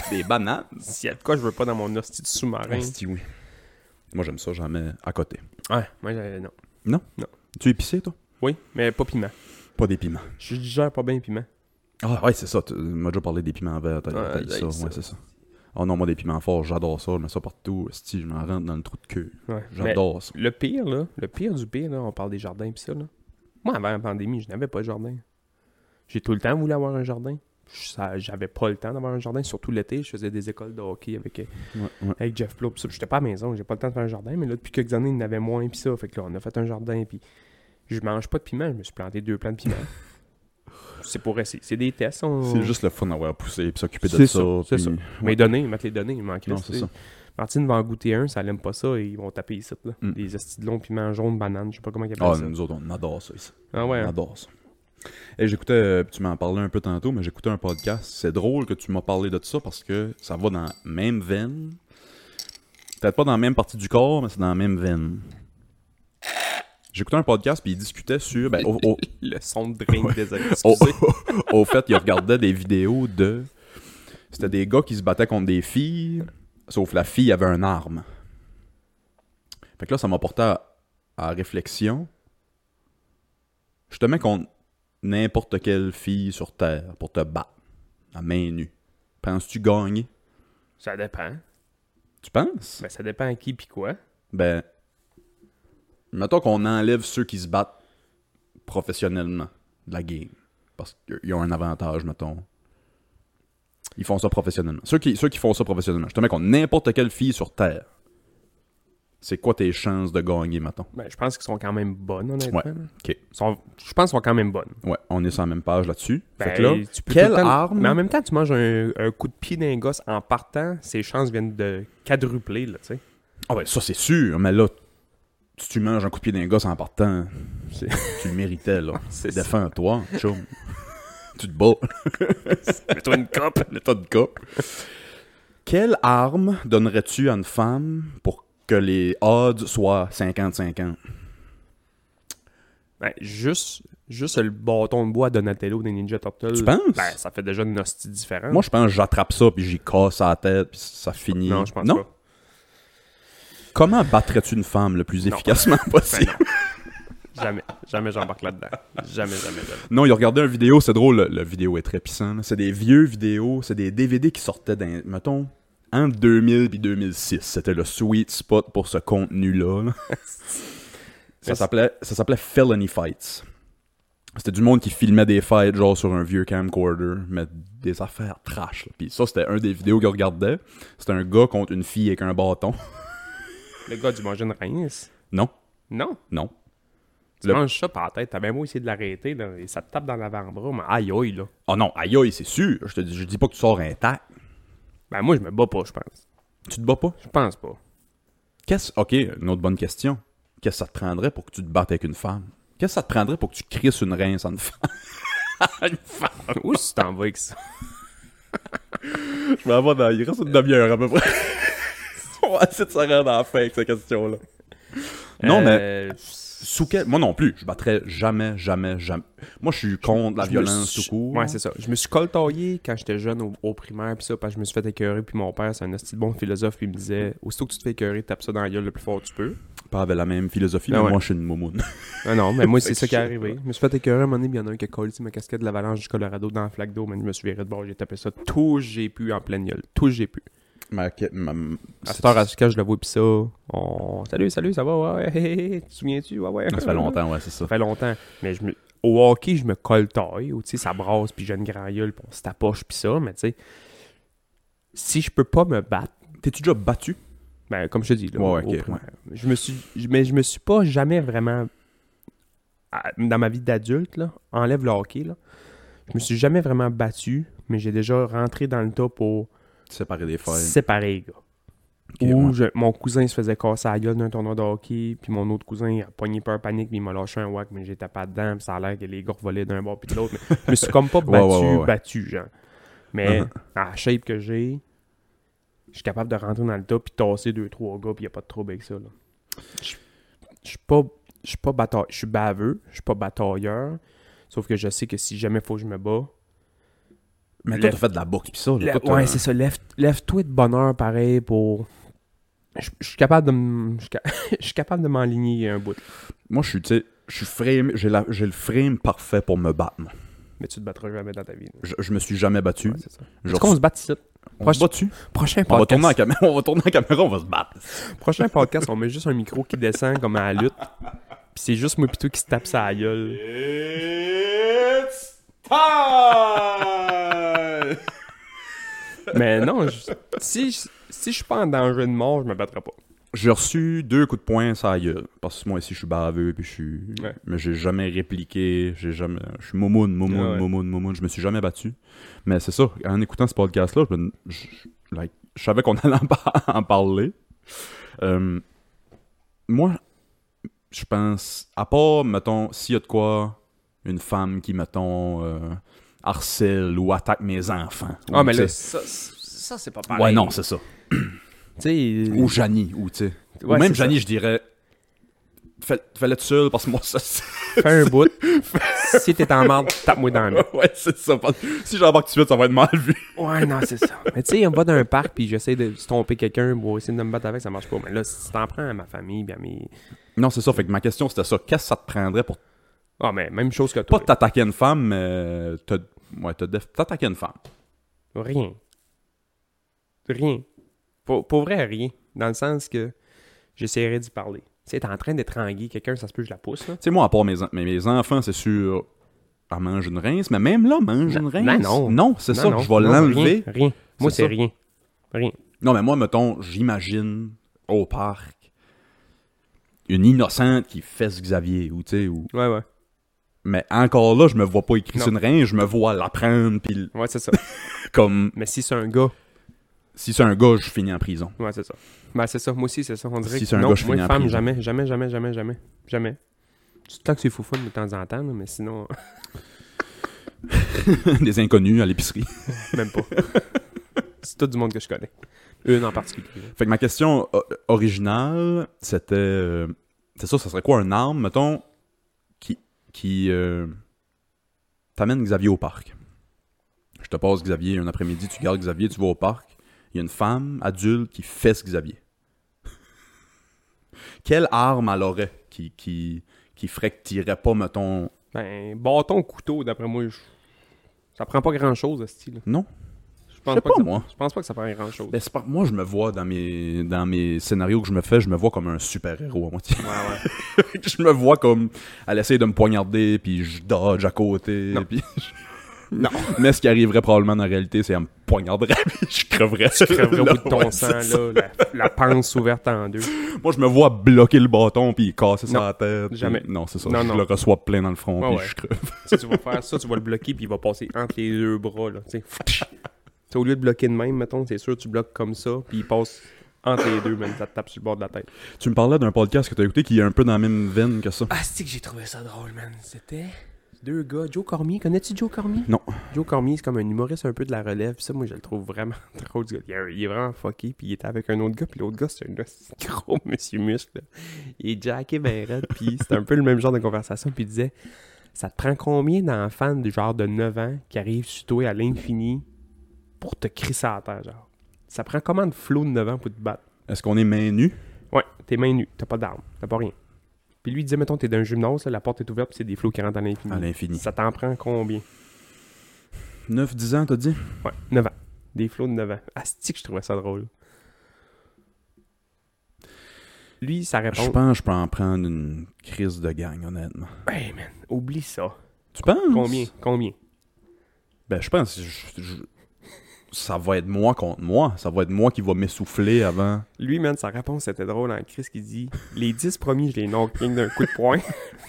Des bananes? S'il y a de quoi je veux pas dans mon hostie de sous-marin. Asti, oui. Moi, j'aime ça, j'en mets à côté. Ouais, moi, euh, non. Non? Non. Tu es épicé, toi? Oui, mais pas piment. Pas des piments. Je digère pas bien piment. Ah, ouais, c'est ça. Tu m'as déjà parlé des piments verts. T'as Ouais, t'as dit ça. j'haïs ça. Ouais, c'est ça. Oh non, moi, des piments forts, j'adore ça. Je mets ça partout. Asti, je m'en rentre dans le trou de queue. Ouais. J'adore ça. Le pire, là, le pire du pire, là, on parle des jardins pis ça, là. Moi, avant la pandémie, je n'avais pas de jardin. J'ai tout le temps voulu avoir un jardin. Je- ça- J'avais pas le temps d'avoir un jardin, surtout l'été. Je faisais des écoles de hockey avec, euh, Ouais, ouais. avec Jeff Plow. Pis ça, j'étais pas à la maison, j'ai pas le temps de faire un jardin. Mais là, depuis quelques années, il y en avait moins pis ça. Fait que là, on a fait un jardin pis je mange pas de piment. Je me suis planté deux plants de piment. C'est pour essayer. C'est des tests. On... C'est juste le fun d'avoir poussé puis s'occuper de C'est ça. ça, c'est puis- ça. Ouais. Mais donner, mettre les données, il manquait. Non, c'est ça. Martine va en goûter un, ça l'aime pas ça et ils vont taper ici. Là. Mm. Des estis de longs piments jaunes, bananes, je sais pas comment ils appellent Ah, ça. nous autres, on adore ça ici. Ah ouais. On hein? adore ça. Et j'écoutais, euh, tu m'en parlais un peu tantôt, mais j'écoutais un podcast. C'est drôle que tu m'as parlé de ça parce que ça va dans la même veine. Peut-être pas dans la même partie du corps, mais c'est dans la même veine. J'écoutais un podcast puis ils discutaient sur. Ben, au, au- Le son de drink, Ouais. désolé. au, Excusez. au fait, ils regardaient des vidéos de. C'était des gars qui se battaient contre des filles, sauf la fille avait une arme. Fait que là, ça m'a porté à, à réflexion. Je te mets contre n'importe quelle fille sur Terre pour te battre, à main nue. Penses-tu gagner? Ça dépend. Tu penses? Ben, ça dépend à qui pis quoi. Ben, mettons qu'on enlève ceux qui se battent professionnellement de la game. Parce qu'ils ont un avantage, mettons. Ils font ça professionnellement. Ceux qui, ceux qui font ça professionnellement. Je te mets contre n'importe quelle fille sur Terre. C'est quoi tes chances de gagner, mettons? Ben, je pense qu'ils sont quand même bonnes, honnêtement. Ouais. là. Ok. Ils sont- Je pense qu'ils sont quand même bonnes. Ouais, on est sur la même page là-dessus. Ben, fait que là, tu peux quelle tout le temps- arme... Mais en même temps, tu manges un, un coup de pied d'un gosse en partant, ses chances viennent de quadrupler, là, tu sais. Ah ouais, ça c'est sûr, mais là, si tu manges un coup de pied d'un gosse en partant, c'est- tu le méritais, là. C'est ça. Défends-toi, chum. Tu te bats. Mets-toi une cope. L'état de cas. Quelle arme donnerais-tu à une femme pour que les odds soient cinquante cinquante? Ben, juste, juste le bâton de bois à Donatello des Ninja Turtles. Tu penses? Ben, ça fait déjà une hostie différente. Moi, je pense que j'attrape ça, puis j'y casse la tête, puis ça finit. Non, je pense non? pas. Comment battrais-tu une femme le plus Non. efficacement possible? Ben non. Jamais. Jamais j'embarque là-dedans. Jamais, jamais, jamais. Non, il a regardé une vidéo, c'est drôle, le, le vidéo est très puissant. là. C'est des vieux vidéos, c'est des D V D qui sortaient, dans, mettons, entre deux mille et deux mille six. C'était le sweet spot pour ce contenu-là. là. ça s'appelait ça s'appelait Felony Fights. C'était du monde qui filmait des fights, genre sur un vieux camcorder, mais des affaires trash. là. Puis ça, c'était un des vidéos qu'il regardait. C'était un gars contre une fille avec un bâton. Le gars du manger une rince. Non, Non. non. Tu Le- manges ça par la tête. T'as bien beau essayer de l'arrêter, là, et ça te tape dans l'avant-bras, mais aïe aïe, là. Oh non, aïe aïe, c'est sûr. Je te dis, je dis pas que tu sors intact. Ben, moi, je me bats pas, je pense. Tu te bats pas? Je pense pas. Qu'est-ce... Ok, une autre bonne question. Qu'est-ce que ça te prendrait pour que tu te battes avec une femme? Qu'est-ce que ça te prendrait pour que tu crisses une rince à une femme? une femme? Où si tu t'en vas avec ça? Je m'en vais dans... Il reste une demi-heure à peu près. On va essayer de se rendre à la fin avec cette question-là. Non, mais... Euh, Sous quel... Moi non plus. Je battrais jamais, jamais, jamais. Moi, je suis contre la je me violence suis- tout court. Ouais, c'est ça. Je me suis coltaillé quand j'étais jeune au, au primaire, pis ça, parce que je me suis fait écœurer, puis mon père, c'est un hostie de bon philosophe, puis il me disait, aussitôt que tu te fais écœurer, tape ça dans la gueule le plus fort que tu peux. Pas avec la même philosophie, Ah mais ouais. moi, je suis une moumoune. Ah non, mais moi, c'est Fait ça que qui est je- arrivé. Je me suis fait écœurer à un moment donné, puis il y en a un qui a collé ma casquette de l'avalanche du Colorado dans la flaque d'eau, mais je me suis viré de bord, j'ai tapé ça tout j'ai pu en pleine gueule. Tout j'ai pu. Ma... ma... À cette heure, à ce cas, je le vois, pis ça, on... Salut, salut, ça va, ouais, hé, hé, hé, tu te souviens-tu, ouais, ouais. Ça fait longtemps, ouais, c'est ça. Ça fait longtemps. Mais je me... au hockey, je me coltaille, ou tu sais, ça brasse, puis j'ai une grand gueule, puis on se tapoche, pis ça, mais tu sais, si je peux pas me battre, T'es-tu déjà battu? ben, comme je te dis, là, Ouais, ouais, au ok, primaire, je me suis... je- Mais je me suis pas jamais vraiment... à- Dans ma vie d'adulte, là, enlève le hockey, là, je me suis jamais vraiment battu, mais j'ai déjà rentré dans le tas pour Séparer des feuilles. séparer les gars. Ok, Où ouais. je- mon cousin se faisait casser la gueule d'un tournoi de hockey, puis mon autre cousin il a pogné peur panique, puis il m'a lâché un whack, mais j'étais pas dedans, puis ça a l'air que les gars volaient d'un bord puis de l'autre. Mais je me suis comme pas Ouais, battu, ouais, ouais, ouais. battu, genre. Mais Uh-huh. à la shape que j'ai, je suis capable de rentrer dans le tas puis tasser deux, trois gars, puis y a pas de trouble avec ça, là. Je je suis pas, je suis pas bataille, je suis baveux, je suis pas batailleur, sauf que je sais que si jamais faut que je me bats, Mais toi, lève- t'as fait de la boxe pis ça. Là, lève- toi, t'as- ouais, c'est ça. Lève, lève-toi de bonne heure, pareil, pour... Je je suis capable de m- je suis ca- je suis capable de m'enligner un bout. Moi, je suis, tu sais, je suis frame, j'ai, la, j'ai le frame parfait pour me battre, moi. Mais tu te battras jamais dans ta vie. là. Je, je me suis jamais battu. Ouais, c'est ça. Je Est-ce qu'on se bat ici? On Proche- se bat dessus. Prochain On va, podcast. tourner en caméra, on va tourner en caméra, on va se battre. Prochain podcast, on met juste un micro qui descend comme à la lutte. Puis c'est juste moi pis toi qui se tape ça à la gueule. It's time! Mais non, je- si, je- si je suis pas en danger de mort, je me battrai pas. J'ai reçu deux coups de poing sur la gueule. Parce que moi ici, je suis baveux, puis je suis... Ouais. Mais j'ai jamais répliqué, j'ai jamais... Je suis moumoune, moumoune, Ah ouais. moumoune, moumoune. Je me suis jamais battu. Mais c'est ça, en écoutant ce podcast-là, je, me- je, like, je savais qu'on allait en, par- en parler. Euh, moi, je pense... À part, mettons, s'il y a de quoi, une femme qui, mettons, euh, harcèle ou attaque mes enfants. Ah, ou, mais tu là, sais- ça, ça c'est pas pareil. Ouais, non, c'est ça. Tu sais... Ou Janie, ou tu sais... Ouais, ou même c'est ça. Janie, je dirais... Fais- Fais-le tout seul, parce que moi, ça... c'est- Fais un bout. Si t'es en marde, tape-moi dans le ouais, c'est ça. parce que Si j'embarque tout de suite, ça va être mal vu. Ouais, non, c'est ça. Mais tu sais, on va dans un parc puis j'essaie de stomper quelqu'un pour essayer de me battre avec, ça marche pas. Mais là, si t'en prends à ma famille, bien à mes... Non, c'est ça. Fait que ma question, c'était ça. Qu'est-ce que ça te prendrait pour Ah, mais même chose que pas toi. t'attaquer une femme, mais te... ouais, te def- t'attaquer une femme? Rien. Rien. Pour, pour vrai, rien. Dans le sens que j'essaierais d'y parler. Tu sais, t'es en train d'étrangler quelqu'un, ça se peut que je la pousse, là. Tu sais, moi, à part mes, en- mes, mes enfants, c'est sûr, elle mange une rince, mais même là, mange Non, une rince. ben non. Non, c'est Non, ça. non, je vais non, l'enlever. Rien. rien. Moi, C'est c'est ça. rien. Rien. Non, mais moi, mettons, j'imagine au parc une innocente qui fesse Xavier, ou tu sais, ou... Ouais, ouais. Mais encore là, je me vois pas écrire Non. sur une rince, je me vois la prendre, pis Ouais, c'est ça. comme... Mais si c'est un gars, Si c'est un gars, je finis en prison. ouais, c'est ça. Ben, c'est ça. Moi aussi, c'est ça. On dirait Si que c'est un non, gars, je moi, finis en femme, prison. jamais, jamais, jamais, jamais, jamais. Jamais. Tant que c'est foufoune de temps en temps, là, mais sinon, Des inconnus à l'épicerie. même pas. C'est tout du monde que je connais. Une en particulier. là. Fait que ma question o- originale, c'était... euh, c'est ça, ça serait quoi un arme, mettons, qui, qui euh, t'amène Xavier au parc. Je te passe Xavier un après-midi, tu gardes Xavier, tu vas au parc. Il y a une femme adulte qui fesse Xavier. Quelle arme elle aurait qui, qui, qui ferait que t'irais pas, mettons... Ben, bâton, couteau, d'après moi, je- ça prend pas grand-chose, ce style. Non? Je pense Je sais pas, pas, que ça- moi. Je pense pas que ça prend grand-chose. Ben, c'est pas... Moi, je me vois dans mes, dans mes scénarios que je me fais, je me vois comme un super-héros à moitié. Ouais, ouais. je me vois comme elle essaie de me poignarder, puis je dodge à côté. Non. Puis non. Mais ce qui arriverait probablement dans la réalité, c'est qu'elle me poignarderait, puis je creverais. Tu crèverais au Là, bout de ton ouais, sang, c'est ça. là, la, la panse ouverte en deux. Moi, je me vois bloquer le bâton, puis casser Non, sa tête. puis- jamais. Non, c'est ça. Non, je non. le reçois plein dans le front, Ouais, puis ouais. je creve. Si tu vas faire ça, tu vas le bloquer, puis il va passer entre les deux bras, là, tu sais. T'sais, au lieu de bloquer de même, mettons, c'est sûr, tu bloques comme ça, puis il passe entre les deux, même, ça te tape sur le bord de la tête. Tu me parlais d'un podcast que t'as écouté qui est un peu dans la même veine que ça. Ah, c'est que j'ai trouvé ça drôle, man. C'était deux gars. Joe Cormier, connais-tu Joe Cormier? Non. Joe Cormier, c'est comme un humoriste un peu de la relève. Puis ça, moi, je le trouve vraiment drôle. Il est, il est vraiment fucké. Puis il était avec un autre gars. Puis l'autre gars, c'est un gars, c'est un gros monsieur muscle. là. Il est jacké ben raide. Puis c'était un peu le même genre de conversation. Puis il disait, ça te prend combien d'enfants du genre de neuf ans qui arrivent sur toi à l'infini pour te crisser à la terre, genre? Ça prend comment de flot de neuf ans pour te battre? Est-ce qu'on est main nue? Ouais, t'es main nue, t'as pas d'armes, t'as pas rien. Puis lui, il disait, mettons, t'es dans un gymnase, là, la porte est ouverte, puis c'est des flots qui rentrent à l'infini. À l'infini. Ça t'en prend combien? neuf dix ans, t'as dit? Ouais, neuf ans. Des flots de neuf ans. Asti que je trouvais ça drôle. Lui, sa Je réponse... pense que je peux en prendre une crise de gang, honnêtement. Hey, man, oublie ça. Tu penses? Combien? Combien? Ben, je pense que je- je- ça va être moi contre moi. Ça va être moi qui va m'essouffler avant. Lui, man, sa réponse, c'était drôle en crise qui dit « Les dix premiers, je les knock rien que d'un coup de poing. »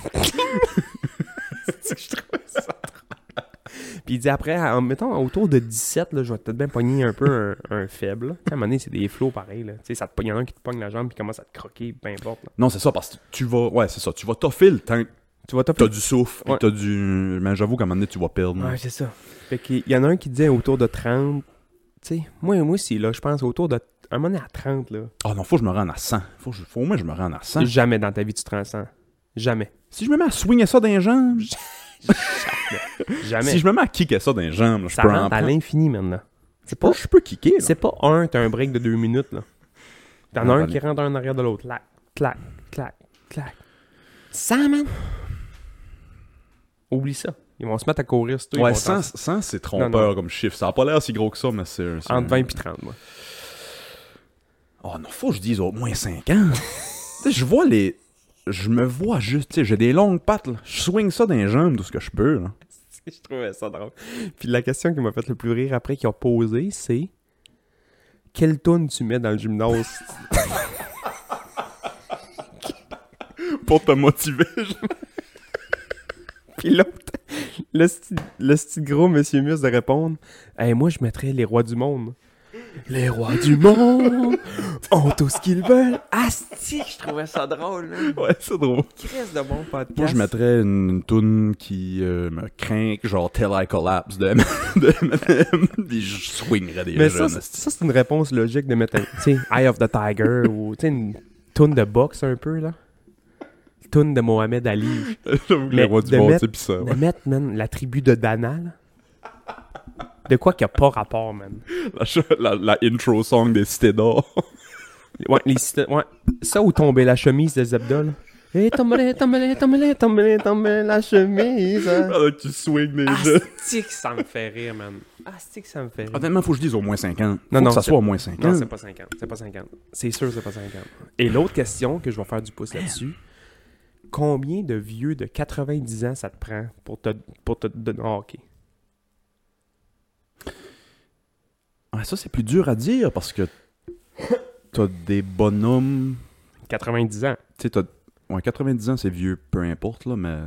Je trouvais ça drôle. Puis il dit après, en mettant autour de dix-sept, là, je vais peut-être bien pogner un peu un, un faible. là. Tu sais, à un moment donné, c'est des flots pareils. Là. Tu sais, ça te pogne, il y en a un qui te pogne la jambe puis commence à te croquer, peu importe. là. Non, c'est ça, parce que tu vas. Ouais, c'est ça. Tu vas toffer le temps que Tu vas t'as taper. du souffle, pis Ouais. t'as du. Mais j'avoue qu'à un moment donné, tu vas perdre. Ouais, c'est ça. Fait qu'il y en a un qui disait autour de trente. Tu sais, moi, moi aussi, là, je pense autour de. À un moment donné, à trente, là. Ah non, faut que je me rende à cent. Faut, que je- faut au moins que je me rende à cent. Jamais dans ta vie, tu te rends cent. Jamais. Si je me mets à swinger ça dans les jambes. Mais jamais. Si je me mets à kicker ça dans les jambes, là, je ça peux en rentre à prendre. l'infini maintenant. Je peux, je peux kicker. Là. C'est pas un, t'as un break de deux minutes, là. T'en Non, as un pas qui rentre un en arrière de l'autre. Clac, clac, clac, clac. Ça, man! Oublie ça. Ils vont se mettre à courir sur toi. Ouais, ils vont cent, t'en- cent c'est Non, non. trompeur comme chiffre. Ça a pas l'air si gros que ça, mais c'est... c'est Entre un- vingt et trente, moi. Oh non, faut que je dise au moins cinq ans. Tu sais, je vois les... Je me vois juste, tu sais, j'ai des longues pattes, là. Je swing ça dans les jambes tout ce que je peux, là. Je trouvais ça drôle. Puis la question qui m'a fait le plus rire après qu'ils ont posé, c'est quelle toune tu mets dans le gymnase? Pour te motiver. Puis l'autre, le sti- le petit gros monsieur Mus de répondre, hey, moi je mettrais les rois du monde. Les rois du monde ont tout ce qu'ils veulent. Asti, je trouvais ça drôle. Là. Ouais, c'est drôle. Qu'est-ce de bon podcast. Moi, je mettrais une, une toune qui euh, me craint, genre Till I Collapse de Eminem, puis je swingerais des Mais ça, jeunes. c'est- ça, c'est une réponse logique de mettre, tu sais, Eye of the Tiger ou, tu sais, une toune de boxe un peu, là. Toune de Mohamed Ali. J'avoue que Mais les rois du de monde, mettre- c'est pis ça. De Ouais. mettre, man, la tribu de Dana, là. De quoi qu'il n'y a pas rapport, man. La, ch- la, la intro song des Cités d'Or. Ouais, les cita- ouais. Ça ou tomber la chemise de Zebda, là. Et tomber, tomber, tomber, tomber, tomber la chemise. Avec tu swing des jeunes. Asti que ça me fait rire, man. Asti que ça me fait rire. Honnêtement, faut que je dise au moins cinq ans. Faut Non, non, que ça c'est- soit au moins cinq ans. Non, c'est pas cinquante. C'est pas cinquante. C'est sûr, c'est pas cinquante. Et l'autre question que je vais faire du pouce là-dessus, combien de vieux de quatre-vingt-dix ans ça te prend pour te, pour te donner au hockey? Ouais, ça, c'est plus dur à dire parce que t'as des bonhommes. quatre-vingt-dix ans. Tu sais, t'as. Ouais, quatre-vingt-dix ans, c'est vieux, peu importe, là, mais.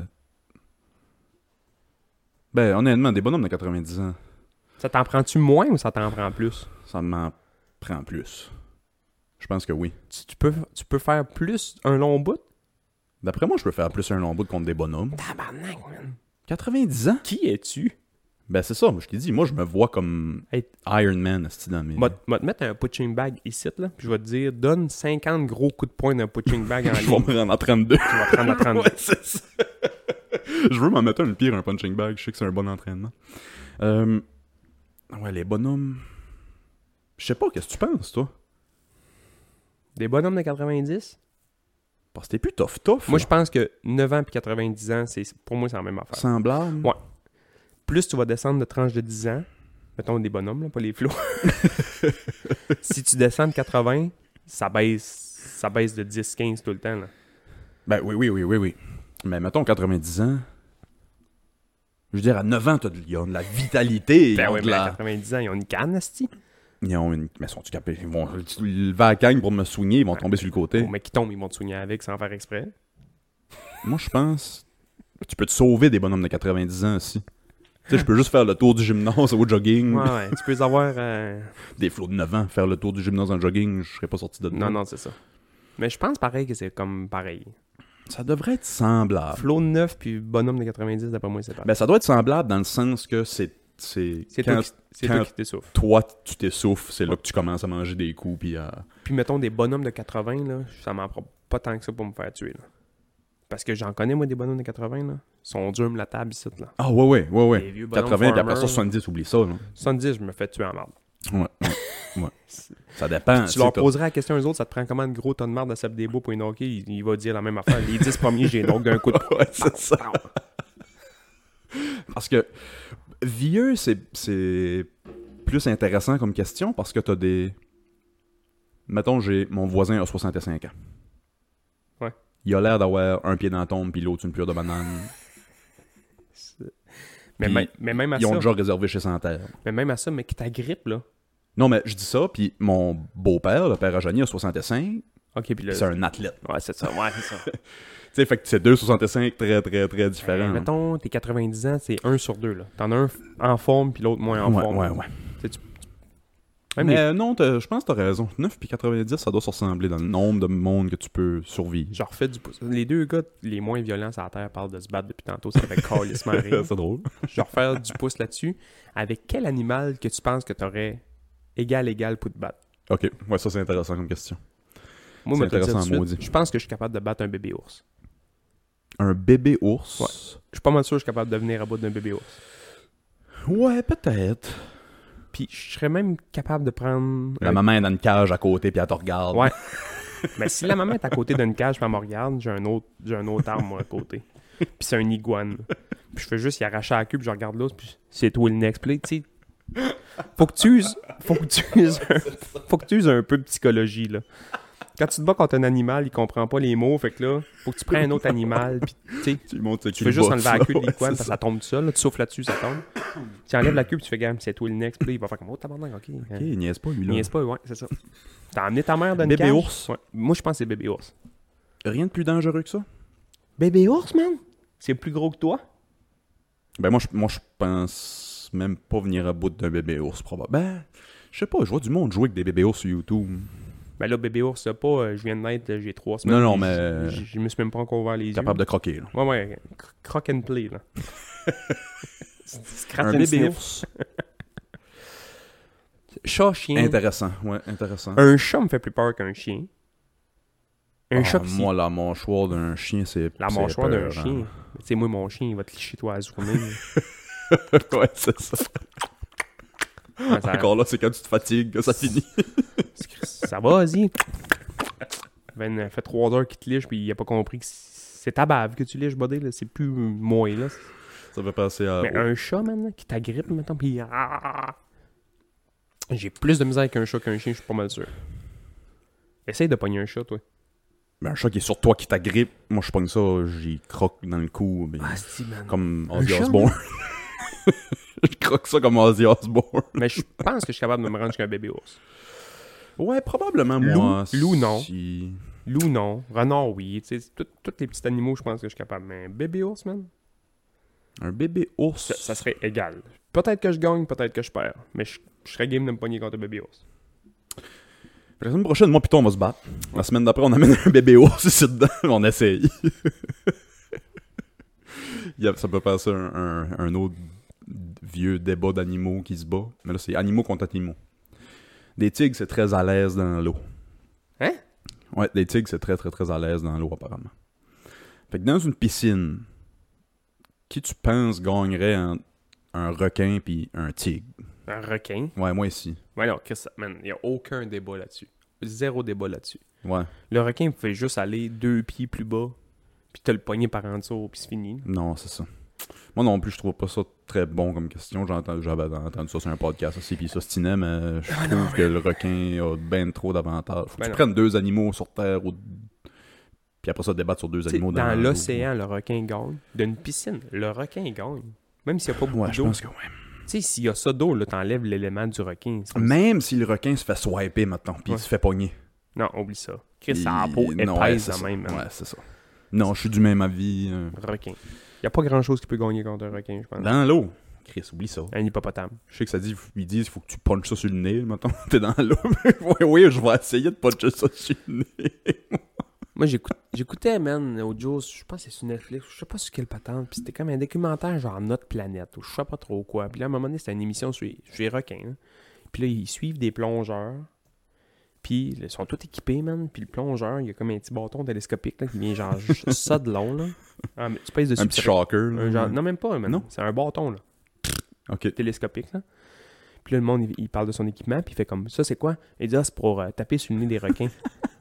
Ben, honnêtement, des bonhommes de quatre-vingt-dix ans, Ça t'en prend-tu moins ou ça t'en prend plus? ça m'en prend plus. Je pense que oui. Tu, tu peux, tu peux faire plus un long bout? D'après moi, je peux faire plus un long bout contre des bonhommes. Tabarnak, man. quatre-vingt-dix ans? Qui es-tu? Ben, c'est ça, moi, je t'ai dit. Moi, je me vois comme Hey. Iron Man, c'est dans mes. Moi, moi te mettre un punching bag ici, là, puis je vais te dire, donne cinquante gros coups de poing d'un punching bag en Je vais ligne. me rendre à trente-deux. Tu vas prendre à trente. Ouais, c'est ça. Je veux m'en mettre un le pire, un punching bag. Je sais que c'est un bon entraînement. Euh... Ouais, les bonhommes. Je sais pas, qu'est-ce que tu penses, toi? Des bonhommes de quatre-vingt-dix? Parce que t'es plus tough tough. Moi, là. je pense que neuf ans puis quatre-vingt-dix ans, c'est, pour moi, c'est la même affaire. Semblable. Ouais. Plus tu vas descendre de tranche de dix ans, mettons des bonhommes, là, pas les flots. Si tu descends de quatre-vingts, ça baisse, ça baisse de dix quinze tout le temps. Là. Ben oui, oui, oui, oui, oui. Mais mettons quatre-vingt-dix ans. Je veux dire, à neuf ans, t'as de, ils ont de la vitalité. Ben ils ont oui, de mais à la... quatre-vingt-dix ans, ils ont une canne, asti. Ils ont une... Mais sont-tu capables? Ils vont lever la cagne pour me soigner, ils vont tomber sur le côté. Au mec qui tombe, ils vont te soigner avec sans faire exprès. Moi, je pense... Tu peux te sauver des bonhommes de quatre-vingt-dix ans aussi. Tu sais, je peux juste faire le tour du gymnase au jogging. Ouais, ouais. Tu peux les avoir... euh, Des flots de neuf ans, faire le tour du gymnase en jogging, je serais pas sorti de là. Non, non, c'est ça. Mais je pense pareil que c'est comme pareil. Ça devrait être semblable. Flo de neuf puis bonhomme de quatre-vingt-dix, d'après moi, c'est pareil. Ben, ça doit être semblable dans le sens que c'est... C'est, c'est quand toi qui, c'est quand- toi qui t'essouffles. toi, tu t'essouffles, c'est là que tu commences à manger des coups, puis à... Puis mettons des bonhommes de quatre-vingts, là, ça m'en prend pas tant que ça pour me faire tuer. Là. Parce que j'en connais, moi, des bonhommes de quatre-vingts. Là. Ils sont durs, la table ici. Là. Ah ouais, ouais, ouais, ouais. Les vieux bonhommes quatre-vingts, puis après farmers, ça, soixante-dix, oublie ça, là. soixante-dix, je me fais tuer en marde. Ouais, ouais, ouais. Ça dépend. Tu sais, leur t'as- poserais la question aux autres, ça te prend comment de gros tas de marde à Seb Desbeaux pour une hockey, il, il va dire la même affaire. Les dix premiers, j'ai donc d'un coup de Ouais, c'est ça. Parce que vieux, c'est, c'est plus intéressant comme question parce que t'as des... Mettons, j'ai mon voisin a soixante-cinq ans. Ouais. Il a l'air d'avoir un pied dans la tombe puis l'autre une pure de banane. Mais, Puis, même- mais même à Ils ont ça, déjà réservé chez Santerre. mais même à ça, mais qui t'agrippe, là. Non, mais je dis ça, puis mon beau-père, le père Ajani, a soixante-cinq. Ok, puis là. C'est un athlète. Ouais, c'est ça, ouais, c'est ça. Tu sais, fait que c'est deux soixante-cinq très, très, très différents. Euh, mettons, t'es quatre-vingt-dix ans, c'est un sur deux, là. T'en as un f- en forme, puis l'autre moins en ouais, forme. ouais, ouais. Tu sais, tu- tu- Même Mais les- euh, non, t'as- je pense que t'as raison. neuf puis quatre-vingt-dix, ça doit se ressembler dans le nombre de monde que tu peux survivre. Je refais du pouce. Les deux gars les moins violents sur la Terre parlent de se battre depuis tantôt, ça fait calissement rire. C'est drôle. Je vais refaire du pouce là-dessus. Avec quel animal que tu penses que t'aurais égal, égal pour te battre? Ok, ouais, ça c'est intéressant comme question. Moi, C'est je vais te le dire intéressant, tout de suite, maudit. je pense que je suis capable de battre un bébé ours. Un bébé ours? Ouais. Je suis pas mal sûr que je suis capable de venir à bout d'un bébé ours. Ouais, peut-être. Puis je serais même capable de prendre... La un... maman est dans une cage à côté, puis elle te regarde. Ouais. Mais si la maman est à côté d'une cage, puis elle me regarde, j'ai un autre, j'ai un autre arme, moi, à côté. Puis c'est un iguane. Puis je fais juste y arracher la queue, puis je regarde l'autre, puis c'est toi le next. Puis tu sais, faut que tu uses, faut que tu uses, un, faut que tu uses un peu de psychologie, là. Quand tu te bats contre un animal, il comprend pas les mots, fait que là, faut que tu prennes un autre animal, puis tu sais, Tu, montes, tu fais juste enlever la queue de l'iguane, parce que ça tombe tout seul, là, tu souffles là-dessus, ça tombe. Tu enlèves la queue, puis tu fais gamme, c'est toi le next, puis là, il va faire comme, oh tabarnak, ok. Ok, il niaise pas, lui, là. Il niaise pas, ouais, c'est ça. T'as emmené ta mère dans une Bébé cage? ours? Ouais. Moi, je pense que c'est bébé ours. Rien de plus dangereux que ça? Bébé ours, man? C'est plus gros que toi? Ben, moi, je, moi, je pense même pas venir à bout d'un bébé ours, probablement. Ben, je sais pas, je vois du monde jouer avec des bébés ours sur YouTube. Ben là, bébé ours, là, pas, euh, je viens de naître, j'ai trois semaines. Non, non, puis mais- Je, je, je me suis même pas encore ouvert les Capable yeux. de croquer, là. Ouais, ouais, cr- crock and play, là. Scratch Un and bébé sniff. ours. Chat, chien. Intéressant, ouais, intéressant. Un chat me fait plus peur qu'un chien. Un Ah, chat qui... moi, la mâchoire d'un chien, c'est. La c'est mâchoire d'un peur, chien. hein. Tu sais, moi, mon chien, il va te licher toi à la journée. Ouais, c'est ça. Ouais, ça, Encore là, c'est quand tu te fatigues que ça finit. ça va, vas-y. Ben, ça fait trois heures qu'il te liche, puis il a pas compris que c'est ta bave que tu liches, buddy, là. C'est plus moi, là. Ça fait passer à. Mais un chat, man, là, qui t'agrippe, mettons, pis... ah! J'ai plus de misère avec un chat qu'un chien, je suis pas mal sûr. Essaye de pogner un chat, toi. Ben, un chat qui est sur toi, qui t'agrippe, moi, je pogne ça, j'y croque dans le cou. Ben, Ah, si, man. comme Un Ozzy chat, Osbourne. Je croque ça comme Ozzy Osbourne. Mais je pense que je suis capable de me rendre jusqu'à un bébé ours. Ouais, probablement, Loup? moi. Loup, non. Si... Loup, non. Renard, oui. Tu sais, tous les petits animaux, je pense que je suis capable. Mais un bébé ours, man, Un bébé ours. ça, ça serait égal. Peut-être que je gagne, peut-être que je perds. Mais je, je serais game de me pogner contre un bébé ours. La semaine prochaine, moi, plutôt, on va se battre. La semaine d'après, on amène un bébé ours ici dedans. On essaye. Il y a- ça peut passer un, un, un autre vieux débat d'animaux qui se bat. Mais là, c'est animaux contre animaux. Des tigres, c'est très à l'aise dans l'eau. Hein? Ouais, des tigres, c'est très, très, très à l'aise dans l'eau, apparemment. Fait que dans une piscine, qui tu penses gagnerait entre un requin puis un tigre? Un requin. Ouais, moi ici. Ouais, non, Chris, man, il n'y a aucun débat là-dessus. Zéro débat là-dessus. Ouais. Le requin, il pouvait juste aller deux pieds plus bas, puis te le pogner par en dessous, puis c'est fini. Non, c'est ça. Moi non plus, je trouve pas ça très bon comme question. J'ai entendu, j'avais entendu ça sur un podcast aussi, puis ça stinait, mais je Ah trouve non. que le requin a bien trop d'avantages. Faut que Ben tu non. prennes deux animaux sur Terre, ou... puis après ça, débattre sur deux T'sais, animaux dans l'eau. l'océan, le requin gagne. D'une piscine, le requin gagne. Même s'il n'y a pas beaucoup Ouais, je d'eau. pense que ouais. Tu sais, s'il y a ça d'eau, là, t'enlèves l'élément du requin. C'est comme Même si le requin se fait swiper maintenant, puis Ouais. il se fait pogner. ça. Non, oublie ça. Chris, ça a la Il- peau non, ouais, épaisse c'est de ça. même. man. Ouais, c'est ça. Non, je suis du même avis. euh, Requin. Il n'y a pas grand-chose qui peut gagner contre un requin, je pense. Dans l'eau. Chris, oublie ça. Un hippopotame. Je sais que ça dit, ils disent qu'il faut que tu punches ça sur le nez, mettons. T'es dans l'eau. oui, oui, je vais essayer de puncher ça sur le nez. Moi, j'écoute- j'écoutais, man, l'autre jour, je pense que c'est sur Netflix, je sais pas sur quelle patente, puis c'était comme un documentaire genre Notre Planète, ou je sais pas trop quoi. Puis là, à un moment donné, c'était une émission sur les, sur les requins. Hein. Puis là, ils suivent des plongeurs, puis ils sont tous équipés, man. Puis le plongeur, il y a comme un petit bâton télescopique là, qui vient genre juste ça de long, là. Ah, mais tu pèses dessus. Un puis petit ça fait- shocker. là. un genre- Non, même pas, man. Non? C'est un bâton, là, Ok. télescopique, là. Puis là, le monde, il, il parle de son équipement, puis il fait comme, ça, c'est quoi? Il dit, ah, c'est pour euh, taper sur le nez des requins.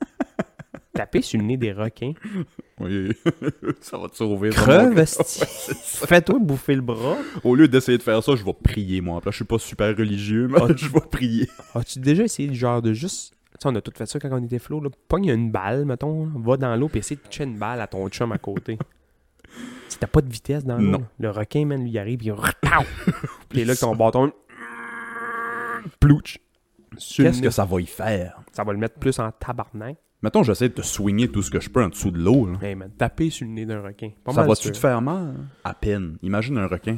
Taper sur le nez des requins? Oui. ça va te sauver. ça, mon Creve, gars. esti. Fais-toi bouffer le bras. Au lieu d'essayer de faire ça, je vais prier, moi. Là, je suis pas super religieux, mais Ah, je vais prier. As-tu déjà essayé genre de juste... Tu sais, on a tout fait ça quand on était flow, là. Pogne une balle, mettons, là, va dans l'eau, puis essaie de toucher une balle à ton chum à côté. Si t'as pas de vitesse dans l'eau, Non. là, le requin, man, lui, il arrive, puis il... Pow! Puis là, avec ton bâton... Plouch! Sur le Qu'est-ce nez. que ça va y faire? Ça va le mettre plus en tabarnak. Mettons, j'essaie de te swinger tout ce que je peux en dessous de l'eau. là. Hey, man, taper sur le nez d'un requin. Pas Ça mal va-tu sûr. te faire mal? À peine. Imagine un requin.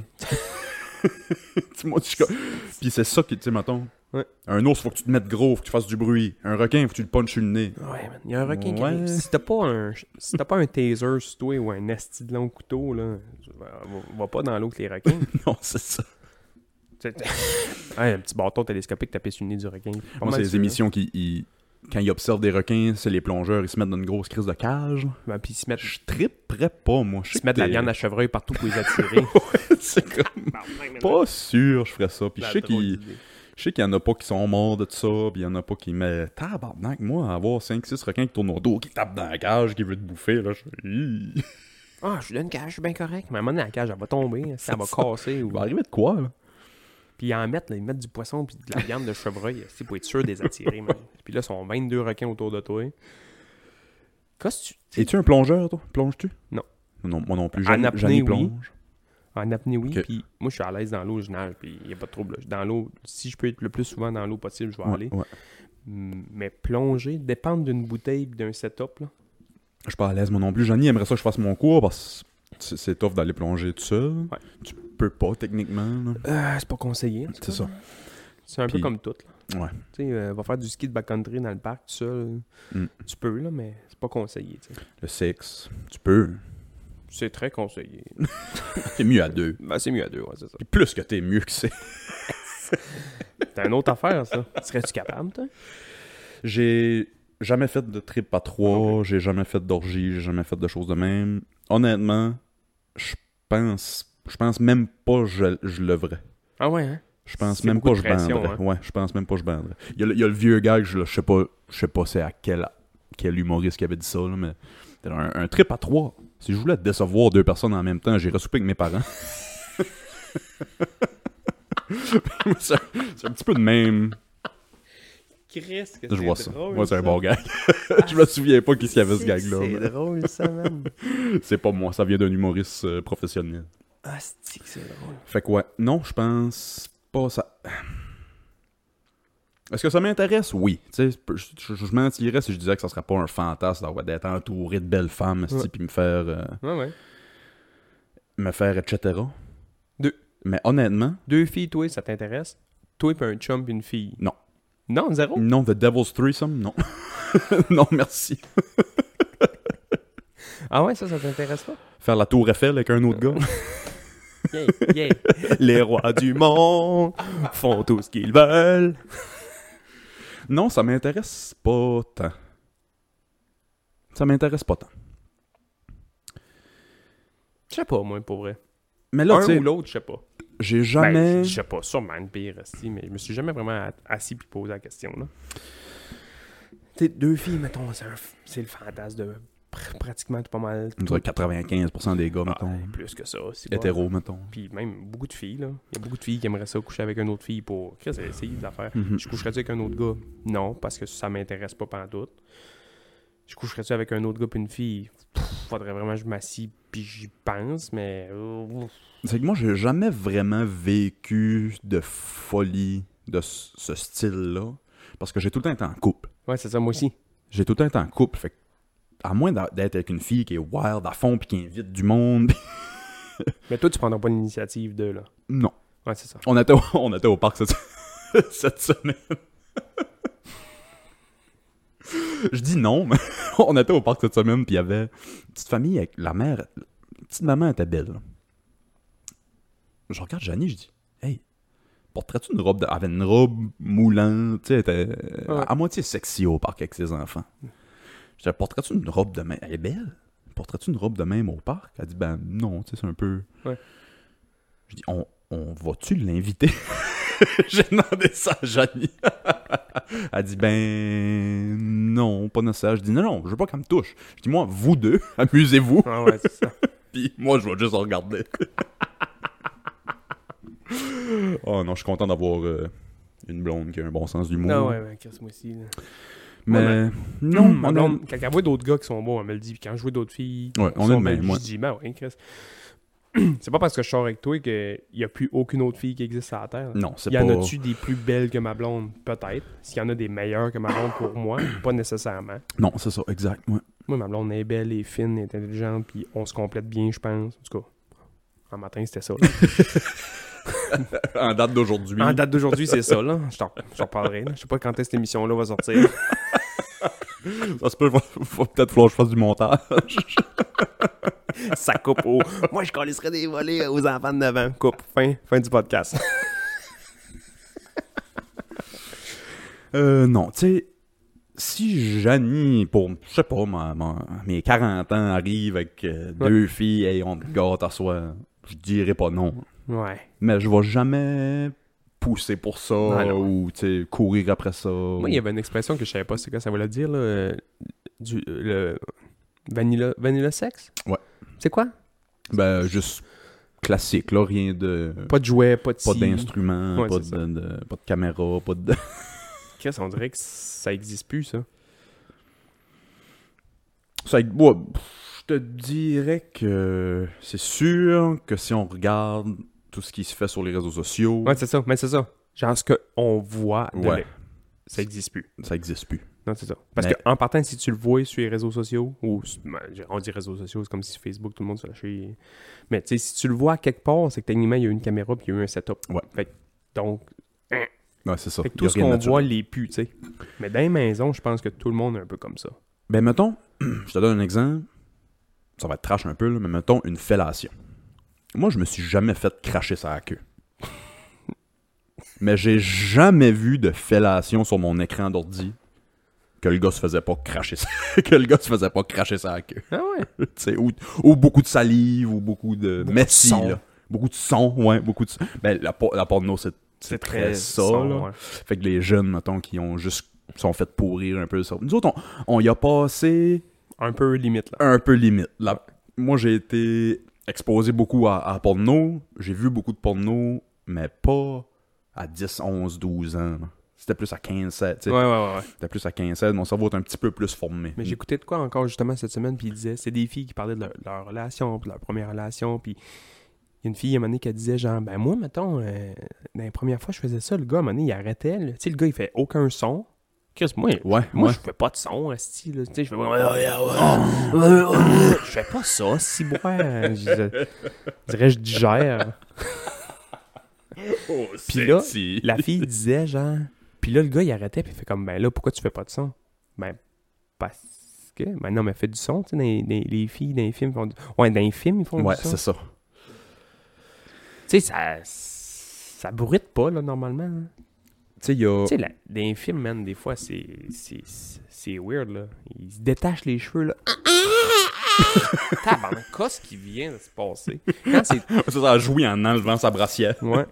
Tu moi, tu- Puis c'est ça qui, tu sais, mettons. Ouais. Un ours, faut que tu te mettes gros, faut que tu fasses du bruit. Un requin, faut que tu le punches sur le nez. Ouais, man. Il y a un requin qui Ouais. arrive. Si t'as pas un, si t'as pas un taser sur toi ou un asti de long couteau, là, va, va pas dans l'eau avec les requins. Non, c'est ça. T'sais, t'sais- Ouais, un petit bâton télescopique tapé sur le nez du requin. Pas Moi, mal c'est les sûr, émissions qui ils quand ils observent des requins, c'est les plongeurs, ils se mettent dans une grosse crise de cage. Ben, puis ils se mettent, Je triperais pas, moi. Je ils sais se mettent que de la t'es- viande à chevreuil partout pour les attirer. c'est comme... Pas sûr, je ferais ça. Puis je sais qu'il... Je sais qu'il y en a pas qui sont morts de ça, puis il y en a pas qui... Mais tabarnak, moi, avoir cinq six requins qui tournent autour, qui tapent dans la cage, qui veulent te bouffer, là, je suis... Ah, je suis dans une cage, je suis bien correct. Mais à un moment donné, la cage, elle va tomber, ça va casser. Ou... Il va arriver de quoi, là? Puis ils en mettent, là, ils mettent du poisson puis de la viande de chevreuil c'est pour être sûr de les attirer. Man. Puis là, ils sont vingt-deux requins autour de toi. Qu'est-ce que tu... Es-tu un plongeur, toi? Plonges-tu? Non. Non, moi non plus. En Jeanne, apnée, Jeanne y oui. plonge. En apnée, oui. Ok. Puis moi, je suis à l'aise dans l'eau, je nage, puis il n'y a pas de trouble. là. Dans l'eau, si je peux être le plus souvent dans l'eau possible, je vais Ouais, aller. ouais. Mm, Mais plonger, dépendre d'une bouteille et d'un setup, là. Je suis pas à l'aise, moi non plus. Jeanne aimerait ça que je fasse mon cours, parce que c'est- c'est tough d'aller plonger tout seul. Ouais. Tu peux pas, techniquement, là. Euh, c'est pas conseillé. en tout C'est cas. ça. C'est un Puis- peu comme tout. Là. Ouais. Tu sais, euh, va faire du ski de backcountry dans le parc tout seul. Mm. Tu peux, là, mais c'est pas conseillé. tu sais. Le sexe, tu peux. C'est très conseillé. C'est mieux à deux. Ben, c'est mieux à deux, ouais, c'est ça. Puis plus que t'es, mieux que c'est. C'est une autre affaire, ça. Serais-tu capable, toi? J'ai jamais fait de trip à trois, j'ai jamais fait d'orgie, j'ai jamais fait de choses de même. Honnêtement, je pense je pense même pas que je, je levrais. Ah ouais, hein? Je pense C'est même beaucoup pas de que je pression, banderais. hein. Ouais, je pense même pas que je banderais. Il y a, le- il y a le vieux gars que je, je sais pas, je sais pas c'est à quel, quel humoriste qui avait dit ça, là, mais c'était un, un trip à trois. Si je voulais décevoir deux personnes en même temps, j'irais souper avec mes parents. c'est, un, c'est un petit peu de même. Chris, que Je vois ça. drôle, Moi, c'est un ça. bon gag. Je me souviens pas qui s'y avait ce C'est- gag-là. C'est mais drôle, ça, man. C'est pas moi, ça vient d'un humoriste euh, professionnel. Ah, c'est que c'est drôle. Fait que ouais, non, je pense pas ça. Est-ce que ça m'intéresse? Oui. Tu sais, je, je, je mentirais si je disais que ça serait pas un fantasme d'avoir- d'être entouré de belles femmes, Ouais. puis me faire, euh, Ouais, ouais. me faire, et cetera. Deux. Mais honnêtement, Deux filles, toi, ça t'intéresse? Toi pis un chum pis une fille? Non. Non, zéro? non, The Devil's Threesome, non. non, merci. Ah ouais, ça, ça t'intéresse pas? Faire la tour Eiffel avec un autre gars. Yeah, yeah. Les rois du monde font tout ce qu'ils veulent. Non, ça m'intéresse pas tant. Ça m'intéresse pas tant. Je sais pas, moi, pour vrai. Mais là, tu Un sais, ou l'autre, je sais pas. j'ai jamais... Ben, je sais pas, sûrement une pire esti, mais je me suis jamais vraiment a- assis puis posé la question, là. Tu sais, deux filles, mettons, c'est, un f- c'est le fantasme de pr- pratiquement pas mal. On dirait quatre-vingt-quinze pour cent des gars, Ah, mettons. plus que ça, c'est bon. Hétéro, mettons. Puis même beaucoup de filles, là. Il y a beaucoup de filles qui aimeraient ça coucher avec une autre fille pour... Chris, c'est essayer des affaires. Mhm. Je coucherais-tu avec un autre gars? Non, parce que ça m'intéresse pas pantoute. Je coucherais-tu avec un autre gars puis une fille? Pff, faudrait vraiment que je m'assis puis j'y pense, mais... euh, C'est que moi, j'ai jamais vraiment vécu de folie de ce ce style-là. Parce que j'ai tout le temps été en couple. Ouais, c'est ça, moi aussi. J'ai tout le temps été en couple. Fait que, à moins d'a- d'être avec une fille qui est wild à fond puis qui invite du monde. Mais toi, tu prendras pas l'initiative de, là. non. Ouais, c'est ça. On était au, on était au parc cette, cette semaine. Je dis non, mais on était au parc cette semaine puis il y avait une petite famille avec la mère. La petite maman était belle. là. Je regarde Janie, je dis hey, porterais-tu une robe de... Elle avait une robe moulante, tu sais, elle était euh, Ouais. à moitié sexy au parc avec ses enfants. Je dis porterais-tu une robe de même? Elle est belle. Porterais-tu une robe de même au parc? Elle dit ben non, tu sais, c'est un peu. Ouais. Je dis on, on va-tu l'inviter? J'ai demandé ça à Janie. Elle dit ben non, pas nécessaire. Je dis non, non, je veux pas qu'elle me touche. Je dis moi, vous deux, amusez-vous. Ah ouais, c'est ça. Puis moi, je vais juste regarder. Oh non, je suis content d'avoir euh, une blonde qui a un bon sens d'humour. Non, ouais, ouais, Chris, moi aussi, là. Mais Ouais, non, ma on a- blonde, quand elle voit d'autres gars qui sont bons, elle me le dit. Puis quand je vois d'autres filles, Ouais, qui on sont est de même, belles, moi. je dis, ben ouais, Chris. C'est pas parce que je sors avec toi qu'il n'y a plus aucune autre fille qui existe sur la Terre. non, c'est Il y pas... en a-tu des plus belles que ma blonde? Peut-être. S'il y en a des meilleures que ma blonde pour moi, pas nécessairement. Non, c'est ça, exact. Ouais. Moi, ma blonde est belle, est fine, est intelligente, puis on se complète bien, je pense. En tout cas, en matin, c'était ça. là. En date d'aujourd'hui. En date d'aujourd'hui, c'est ça, là. Je t'en je t'en reparlerai. Là. Je sais pas quand est-ce que cette émission-là va sortir. Ça se peut, va, va peut-être falloir que je fasse du montage. Ça coupe au... Moi, je calisserais des volets aux enfants de neuf ans. Coupe. Fin. Fin du podcast. euh, non, tu sais, si Janie, pour, je sais pas, ma, ma- mes quarante ans, arrive avec euh, Ouais. deux filles et on te gâte à soi, je dirais pas non. Ouais. Mais je vais jamais pousser pour ça Ah non. ou tu sais, courir après ça. Moi, il y avait une expression que je savais pas c'est quoi ça voulait dire, là. euh, Du, euh, le vanilla, vanilla sex? Ouais. C'est quoi? Ben, juste classique, là, rien de... Pas de jouets, pas de Pas ci. d'instruments, Ouais, pas, c'est de, de- pas de caméra, pas de... Chris, on dirait que ça existe plus, ça. Ça, ouais, je te dirais que c'est sûr que si on regarde tout ce qui se fait sur les réseaux sociaux, Ouais, c'est ça. Mais c'est ça. Genre, ce qu'on voit, de Ouais. lait, ça existe plus. ça existe plus. Non, c'est ça. Parce Mais- qu'en partant, si tu le vois sur les réseaux sociaux, ou ben, on dit réseaux sociaux, c'est comme si Facebook, tout le monde se lâchait. Mais tu sais, si tu le vois quelque part, c'est que techniquement, il y a eu une caméra puis il y a eu un setup. Ouais. Fait que, donc, Ouais, c'est ça. fait que Il y a tout ce rien de qu'on naturel. voit, les pu, tu sais. Mais dans les maisons, je pense que tout le monde est un peu comme ça. Ben, mettons, je te donne un exemple. Ça va être trash un peu, là, mais mettons une fellation. Moi, je me suis jamais fait cracher sa queue. Mais j'ai jamais vu de fellation sur mon écran d'ordi que le gars se faisait pas cracher sa... que le gars se faisait pas cracher sa queue. Ah ouais? Tu sais, ou, ou beaucoup de salive, ou beaucoup de Beaucoup de messi, son. là. Beaucoup de son, ouais, beaucoup de son. Ben, la, por- la porno, c'est, c'est très ça, son, là. ouais. Fait que les jeunes, mettons, qui ont juste... sont fait pourrir un peu ça. Nous autres, on, on y a passé Un peu limite, là. un peu limite. La- Moi, j'ai été exposé beaucoup à, à porno. J'ai vu beaucoup de porno, mais pas à dix, onze, douze ans. là. C'était plus à quinze, seize. tu sais. Ouais, ouais, ouais. ouais. C'était plus à quinze, seize. Mon cerveau est un petit peu plus formé. Mais j'écoutais de quoi encore justement cette semaine, puis il disait, c'est des filles qui parlaient de leur, leur relation, puis leur première relation, puis il y a une fille à un moment donné qui disait genre, ben moi, mettons, euh, dans les premières fois je faisais ça, le gars, à un moment donné, il arrêtait, là. Tu sais, le gars, il fait aucun son. Chris, moi, Ouais, moi ouais. je fais pas de son, asti, là. Tu sais, je fais ouais, ouais, ouais, ouais, ouais. Je fais pas ça, si moi. Je, je dirais, je digère. Oh, Puis là, sexy. La fille disait, genre. Puis là, le gars, il arrêtait, puis il fait comme, ben là, pourquoi tu fais pas de son? Ben, parce que. Ben non, mais fais du son, tu sais, dans les, dans les filles, dans les films, font du... Ouais, dans les films, ils font Ouais, du son. c'est ça. Tu sais, ça. Ça bruite pas, là, normalement. hein. Tu sais, il y a... Tu sais, là, dans les films, man, des fois, c'est. C'est, c'est weird, là. Ils se détachent les cheveux, là. Tabarnak, qu'est-ce qui vient de se passer? Quand c'est. Ça, ça a joué en enlevant sa brassière. Ouais.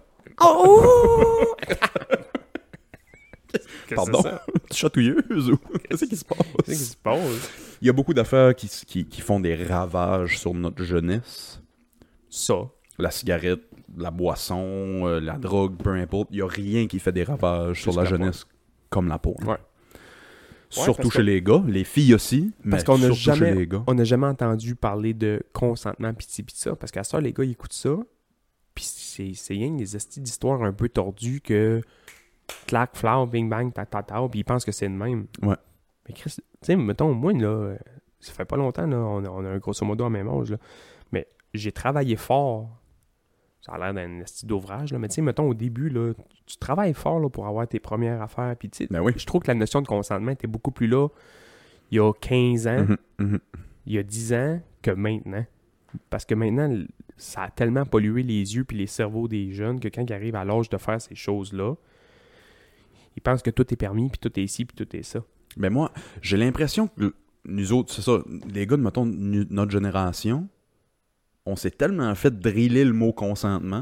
Oh! Qu'est-ce que Pardon? c'est ça? Chatouilleuse ou... Qu'est-ce qui se passe? Qu'est-ce qui se passe? Il y a beaucoup d'affaires qui, qui, qui font des ravages sur notre jeunesse. Ça. La cigarette, la boisson, euh, la drogue, peu importe. Il n'y a rien qui fait des ravages sur Juste la la jeunesse comme la peau. Ouais. Surtout parce chez que- les gars. Les filles aussi, mais Parce qu'on n'a surtout jamais- chez les gars. On n'a jamais entendu parler de consentement pis ci pis ça. Parce qu'à ça, les gars, ils écoutent ça. Pis c'est, c'est rien que des estis d'histoires un peu tordues que clac, flower, bing bang, ta ta ta, pis ils pensent que c'est le même. Ouais. Mais Chris, tu sais, mettons, moi, là, euh, ça fait pas longtemps, là, on a, on a un grosso modo à même âge, là. Mais j'ai travaillé fort. Ça a l'air d'un esti d'ouvrage, là. Mais tu sais, mettons, au début, là, tu, tu travailles fort, là, pour avoir tes premières affaires. Pis tu sais, Ben oui. je trouve que la notion de consentement était beaucoup plus là il y a quinze ans, Mhm, mhm. il y a dix ans que maintenant. Parce que maintenant, l- ça a tellement pollué les yeux puis les cerveaux des jeunes que quand ils arrivent à l'âge de faire ces choses-là, ils pensent que tout est permis, puis tout est ici, puis tout est ça. Mais moi, j'ai l'impression que nous autres, c'est ça, les gars de, mettons, nu- notre génération, on s'est tellement fait driller le mot consentement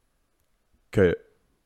que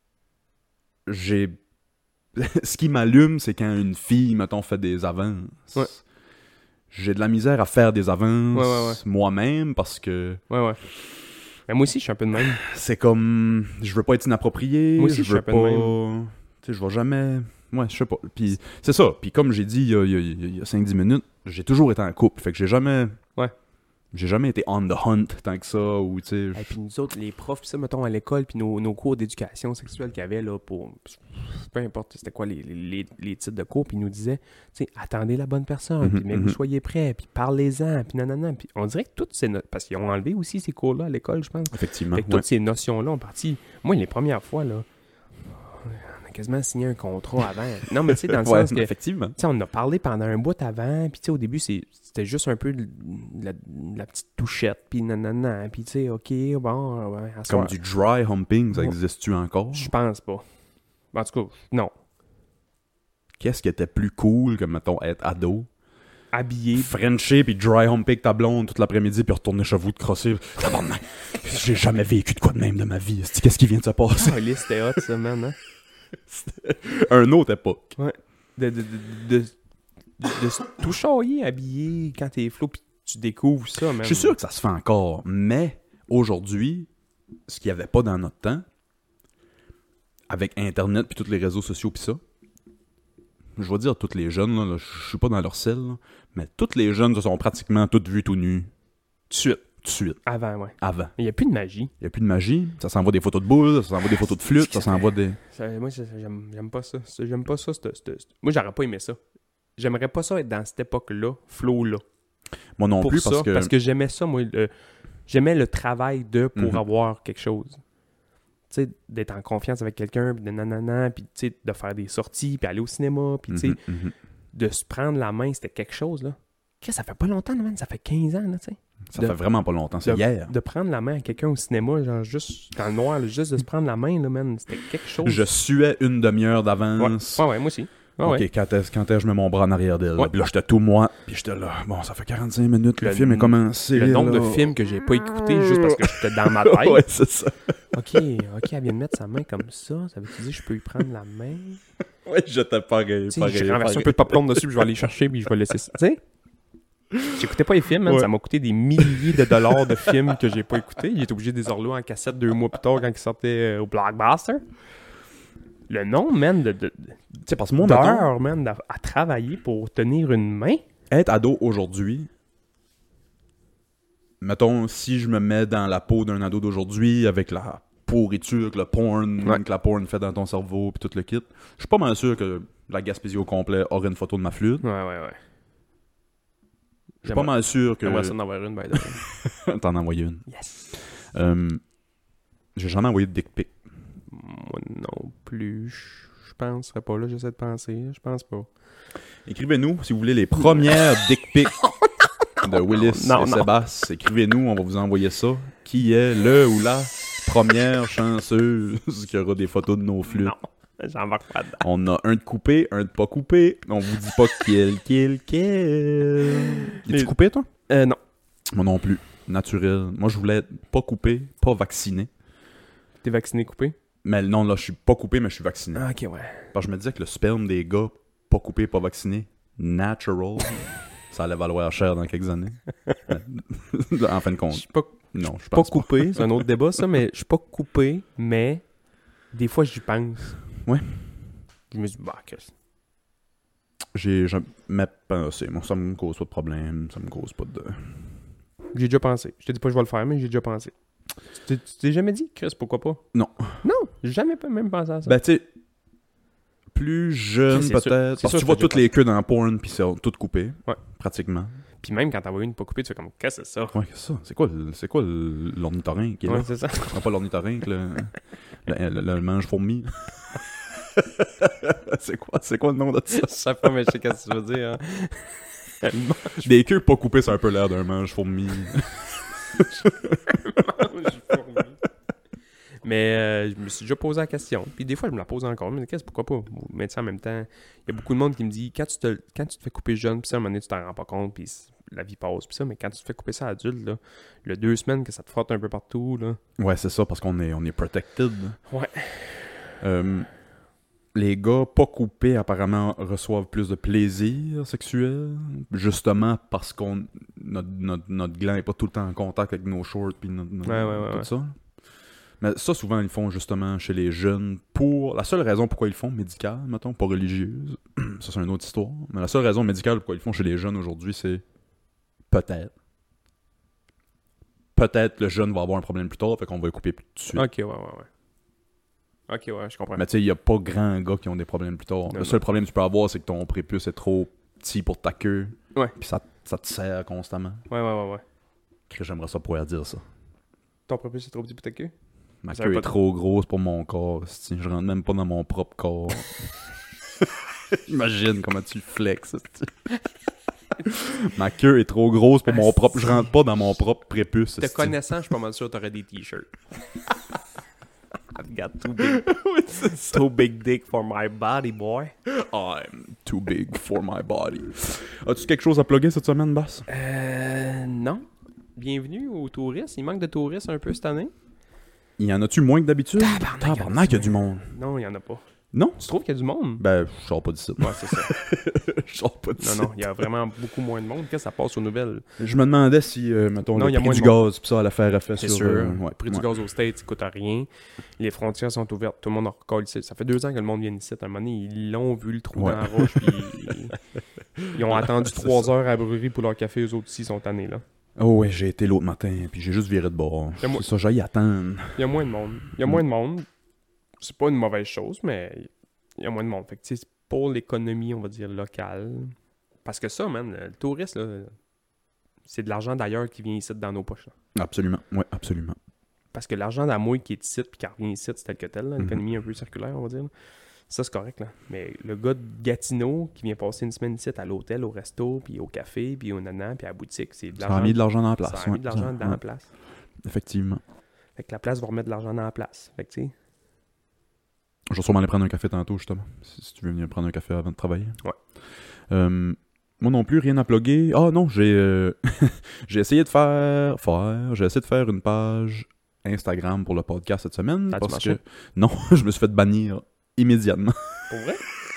j'ai... Ce qui m'allume, c'est quand une fille, mettons, fait des avances. Ouais. J'ai de la misère à faire des avances Ouais, ouais, ouais. moi-même parce que Ouais, ouais. Mais moi aussi, je suis un peu de même. c'est comme... Je veux pas être inapproprié, Moi aussi, je je suis veux un peu de pas... Tu sais, je vais jamais... Ouais, je sais pas. Puis c'est ça. Puis comme j'ai dit il y a, il y a- il y a cinq dix minutes, j'ai toujours été en couple. Fait que j'ai jamais... Ouais. J'ai jamais été on the hunt tant que ça, ou tu sais... Et puis nous autres, les profs, pis ça, mettons, à l'école, puis nos, nos cours d'éducation sexuelle qu'il y avait, là, pour... Peu importe c'était quoi les, les, les titres de cours, puis ils nous disaient, tu sais, attendez la bonne personne, Mhm, puis mais mhm. vous soyez prêts, puis parlez-en, puis nanana. Puis on dirait que toutes ces... no- Parce qu'ils ont enlevé aussi ces cours-là à l'école, je pense. Effectivement. Fait que ouais. toutes ces notions-là ont parti... Moi, les premières fois, là, on a quasiment signé un contrat avant. Non, mais tu sais, dans le Ouais, sens que... effectivement. Tu sais, on a parlé pendant un bout avant, puis tu sais, au début, c'est, c'était juste un peu de la, de la petite touchette, puis nanana, puis tu sais, OK, bon, ouais, à Comme soir. du dry humping, ça Ouais. existe-tu encore? Je pense pas. En tout cas, non. qu'est-ce qui était plus cool que, mettons, être ado? Habillé. Frencher puis dry humper avec ta blonde toute l'après-midi puis retourner chez vous de crosser. Tabarnak! J'ai jamais vécu de quoi de même de ma vie. Qu'est-ce qui vient de se passer? Ah, oh, c'était hot, ça, man. Hein? Un autre époque. Ouais. De, de, de, de, de, de se tout chailler, habillé quand t'es flou pis tu découvres ça, man. Je suis sûr que ça se fait encore, mais aujourd'hui, ce qu'il n'y avait pas dans notre temps, avec Internet puis tous les réseaux sociaux puis ça, je vais dire tous les jeunes, là, là, je suis pas dans leur selle, là, mais tous les jeunes se sont pratiquement tous vus tout nus. Tout de suite. Tout de suite. Avant, ouais. Avant. Il n'y a plus de magie. Il n'y a plus de magie. Ça s'envoie des photos de boules, ça s'envoie des photos de flûte, ça s'envoie des... Ça, moi, ça, j'aime, j'aime pas ça. ça. J'aime pas ça. C'est, c'est, c'est... Moi, j'aurais pas aimé ça. J'aimerais pas ça être dans cette époque-là, flow-là. Moi non pour plus, ça, parce que... Parce que j'aimais ça, moi. Le... J'aimais le travail de pour mm-hmm. avoir quelque chose. Tu sais, d'être en confiance avec quelqu'un, puis de nanana, puis tu sais, de faire des sorties, puis aller au cinéma, puis tu sais, mm-hmm, mm-hmm. de se prendre la main, c'était quelque chose, là. Qu'est-ce, ça fait pas longtemps, man, ça fait quinze ans, là, tu sais. Ça de, fait vraiment pas longtemps, c'est de, hier. De prendre la main à quelqu'un au cinéma, genre juste dans le noir, là, juste de se prendre la main, là, man, c'était quelque chose. Je suais une demi-heure d'avance. Ouais, ouais, ouais moi aussi. Ouais, ok, ouais. quand est-ce quand est-ce que je mets mon bras en arrière d'elle? Ouais. Puis là, j'étais tout moi, puis j'étais là, bon, ça fait quarante-cinq minutes, le, Le film est commencé. Le nombre là. de films que j'ai pas écoutés juste parce que j'étais dans ma tête. Ouais, c'est ça. ok, ok, elle vient de mettre sa main comme ça, ça veut-tu dire que je peux y prendre la main? Ouais, j'étais pareil, Tu sais, pareil. j'ai renversé pareil. un peu de popcorn dessus, puis je vais aller chercher, puis je vais laisser ça. Tu sais? J'écoutais pas les films, man. Ouais. Ça m'a coûté des milliers de dollars de films que j'ai pas écoutés. J'ai été obligé de les orler en cassette deux mois plus tard quand ils sortaient euh, au Blockbuster. Le nom, man, de, de, de Tu sais, parce que moi, mettons, d'heures, man, à, à travailler pour tenir une main. être ado aujourd'hui, mettons, si je me mets dans la peau d'un ado d'aujourd'hui, avec la pourriture, que le porn, Ouais. que la porn fait dans ton cerveau, puis tout le kit, je suis pas mal sûr que la Gaspésie au complet aurait une photo de ma flûte. Ouais, ouais, ouais. Je suis pas mal sûr que... J'aimerais ça en avoir une, by the way. T'en as envoyé une. Yes. Euh, J'ai jamais envoyé de dick pic. Moi non plus. Je je pense, serais pas là, j'essaie de penser. Je pense pas. Écrivez-nous si vous voulez les premières dick pics de Willis non, et non. Sébastien. Écrivez-nous, on va vous envoyer ça. Qui est le ou la première chanceuse qui aura des photos de nos flûtes? Non, j'embarque pas dedans. On a un de coupé, un de pas coupé. On vous dit pas quel, quel, quel. Es-tu Mais- coupé, toi? Euh, non. Moi non plus. Naturel. Moi, je voulais être pas coupé, pas vacciné. T'es vacciné coupé? Mais non, là, je suis pas coupé, mais je suis vacciné. Ah, ok, ouais. Parce que je me disais que le sperme des gars pas coupés, pas vaccinés, natural, ça allait valoir cher dans quelques années. En fin de Je compte, suis pas, non, je pas pense pas. coupé, c'est un autre débat, ça, mais je suis pas coupé, mais des fois, j'y pense. Ouais. Je me dis, bah, qu'est-ce J'ai jamais pensé. Moi, ça me cause pas de problème, ça me cause pas de... J'ai déjà pensé. Je te dis pas que je vais le faire, mais j'ai déjà pensé. Tu t'es, tu t'es jamais dit, Chris, pourquoi pas? Non. Non, j'ai jamais pas même pensé à ça. Ben, tu sais, plus jeune, C'est sûr- peut-être. c'est Parce sûr que tu que vois j'ai toutes les queues dans le porn, puis c'est tout coupé. Ouais. Pratiquement. Puis même quand t'en vois une pas coupée, tu fais comme, qu'est-ce que c'est ça? Ouais, c'est ça. C'est quoi, le- c'est quoi le- l'ornithorynque qui est là? Ouais, c'est ça. Non, pas l'ornithorynque, le, le, le, le mange-fourmi. c'est quoi, c'est quoi le nom de ça? Je sais pas, mais je sais qu'est-ce que tu veux dire. Hein. Des queues pas coupées, c'est un peu l'air d'un mange-fourmi. Mais euh, je me suis déjà posé la question. Puis des fois, je me la pose encore. Mais qu'est-ce, pourquoi pas? Mais tu sais, en même temps, il y a beaucoup de monde qui me dit, quand tu te, quand tu te fais couper jeune, puis ça, à un moment donné, tu t'en rends pas compte, puis la vie passe, puis ça. Mais quand tu te fais couper ça adulte, là, le deux semaines que ça te frotte un peu partout, là. Ouais, c'est ça, parce qu'on est, on est protected. Ouais. Euh, les gars pas coupés, apparemment, reçoivent plus de plaisir sexuel. Justement parce qu'on notre, notre, notre gland est pas tout le temps en contact avec nos shorts, puis notre, notre- Ouais, ouais, ouais, tout ouais. ça. Mais ça, souvent, ils le font justement chez les jeunes pour... La seule raison pourquoi ils le font, médicale, mettons, pas religieuse, ça c'est une autre histoire, mais la seule raison médicale pourquoi ils le font chez les jeunes aujourd'hui, c'est peut-être. Peut-être le jeune va avoir un problème plus tard, fait qu'on va le couper tout de suite. Ok, ouais, ouais, ouais. Ok, ouais, je comprends. Mais tu sais, il n'y a pas grand gars qui ont des problèmes plus tard. Non, le non. seul problème que tu peux avoir, c'est que ton prépuce est trop petit pour ta queue, Ouais. puis ça, ça te serre constamment. Ouais, ouais, ouais, ouais. Crée, j'aimerais ça pouvoir dire ça. Ton prépuce, c'est trop petit pour ta queue? Ma Ça queue veut est pas- trop grosse pour mon corps. esti. Je rentre même pas dans mon propre corps. Imagine comment tu flexes. esti. Ma queue est trop grosse pour mon propre... Je rentre pas dans mon propre prépuce. Te esti. connaissant, je suis pas mal sûr que t'aurais des t-shirts. Got too big, Oui, c'est ça. too big dick for my body, boy. I'm too big for my body. As-tu quelque chose à plugger cette semaine, Bass? Euh, non. Bienvenue aux touristes. Il manque de touristes un peu cette année. Il y en a-tu moins que d'habitude? Tabarnak, Tabarnak, il y a du monde. Non, il y en a pas. Non? Tu trouves qu'il y a du monde? Ben, je sors pas d'ici. Ouais, c'est ça. Je sors pas d'ici. Non, non, il y a vraiment beaucoup moins de monde. Qu'est-ce que ça passe aux nouvelles? Je me demandais si, euh, mettons, Non, le il y a prix moins du de monde. gaz pis ça allait faire effet C'est sur... sûr. euh, ouais, Le prix ouais. du gaz aux States, il coûte rien. Les frontières sont ouvertes. Tout le monde en recolle ici. Ça fait deux ans que le monde vient ici. À un moment donné, ils l'ont vu le trou Ouais. dans la roche. Puis ils... ils ont attendu C'est trois ça. heures à la brûlerie pour leur café. Eux autres aussi sont tannés, là. Oh ouais, j'ai été l'autre matin, puis j'ai juste viré de bord. Et moi- C'est ça, j'ai y attendre. Il y a moins de monde. Il y a Mm. moins de monde. C'est pas une mauvaise chose, mais il y a moins de monde. Fait que, tu sais, pour l'économie, on va dire, locale. Parce que ça, man, le touriste, là, c'est de l'argent d'ailleurs qui vient ici dans nos poches. Là. Absolument, ouais, absolument. Parce que l'argent d'Amouille qui est ici puis qui revient ici, c'est tel que tel, là, Mhm. l'économie un peu circulaire, on va dire. là. Ça, c'est correct. Là. Mais le gars de Gatineau qui vient passer une semaine ici à l'hôtel, au resto, puis au café, puis au nana, puis à la boutique, c'est de Ça l'argent. a mis de l'argent dans la place. Ça a mis ouais, de l'argent ça, dans ouais, la place. Effectivement. Fait que la place va remettre de l'argent dans la place. Fait que, tu sais, Je vais sûrement aller prendre un café tantôt, justement. Si, si tu veux venir prendre un café avant de travailler. Ouais. Euh, moi non plus, rien à plugger. Ah non, j'ai euh, j'ai essayé de faire... faire... J'ai essayé de faire une page Instagram pour le podcast cette semaine. Ça a-tu parce marché? que... Non, je me suis fait bannir immédiatement. pour vrai?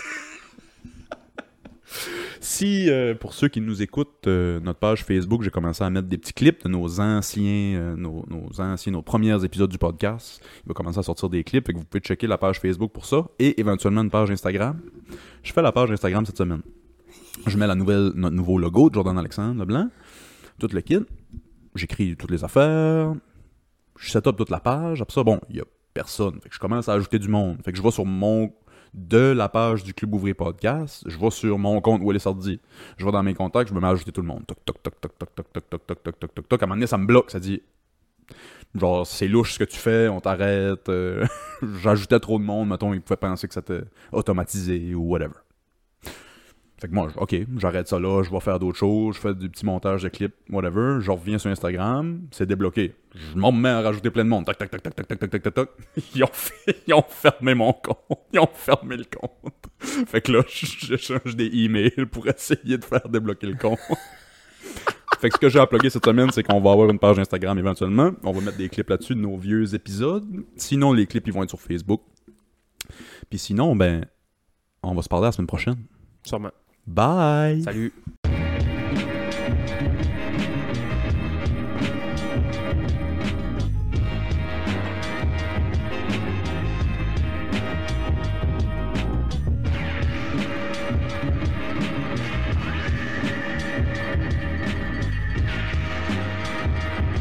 Si, euh, pour ceux qui nous écoutent, euh, notre page Facebook, j'ai commencé à mettre des petits clips de nos anciens, euh, nos, nos anciens, nos premiers épisodes du podcast. Il va commencer à sortir des clips, fait que vous pouvez checker la page Facebook pour ça, et éventuellement une page Instagram. Je fais la page Instagram cette semaine. Je mets la nouvelle, notre nouveau logo de Jordan Alexandre Leblanc, tout le kit. J'écris toutes les affaires. Je set up toute la page. Après ça, bon, il y a personne. Fait que je commence à ajouter du monde. Fait que je vais sur mon... de la page du Club Ouvrier Podcast, je vais sur mon compte Willis Hardy. Je vais dans mes contacts, je me mets à ajouter tout le monde. Toc, toc, toc, toc, toc, toc, toc, toc, toc, toc, toc, toc, toc. À un moment donné, ça me bloque, ça dit genre, c'est louche ce que tu fais, on t'arrête. Euh, j'ajoutais trop de monde, mettons, ils pouvaient penser que c'était automatisé ou whatever. Fait que moi, je- ok, j'arrête ça là, je vais faire d'autres choses, je fais du petit montage de clips, whatever. Je reviens sur Instagram, c'est débloqué. Je m'en remets à rajouter plein de monde. Tac, tac, tac, tac, tac, tac, tac, tac, tac, tac. Ils ont, fait- ils ont fermé mon compte. Ils ont fermé le compte. Fait que là, je, je change des emails pour essayer de faire débloquer le compte. Fait que ce que j'ai à plugger cette semaine, c'est qu'on va avoir une page Instagram éventuellement. On va mettre des clips là-dessus de nos vieux épisodes. Sinon, les clips, ils vont être sur Facebook. Puis sinon, ben, on va se parler la semaine prochaine. Sûrement. Bye! Salut.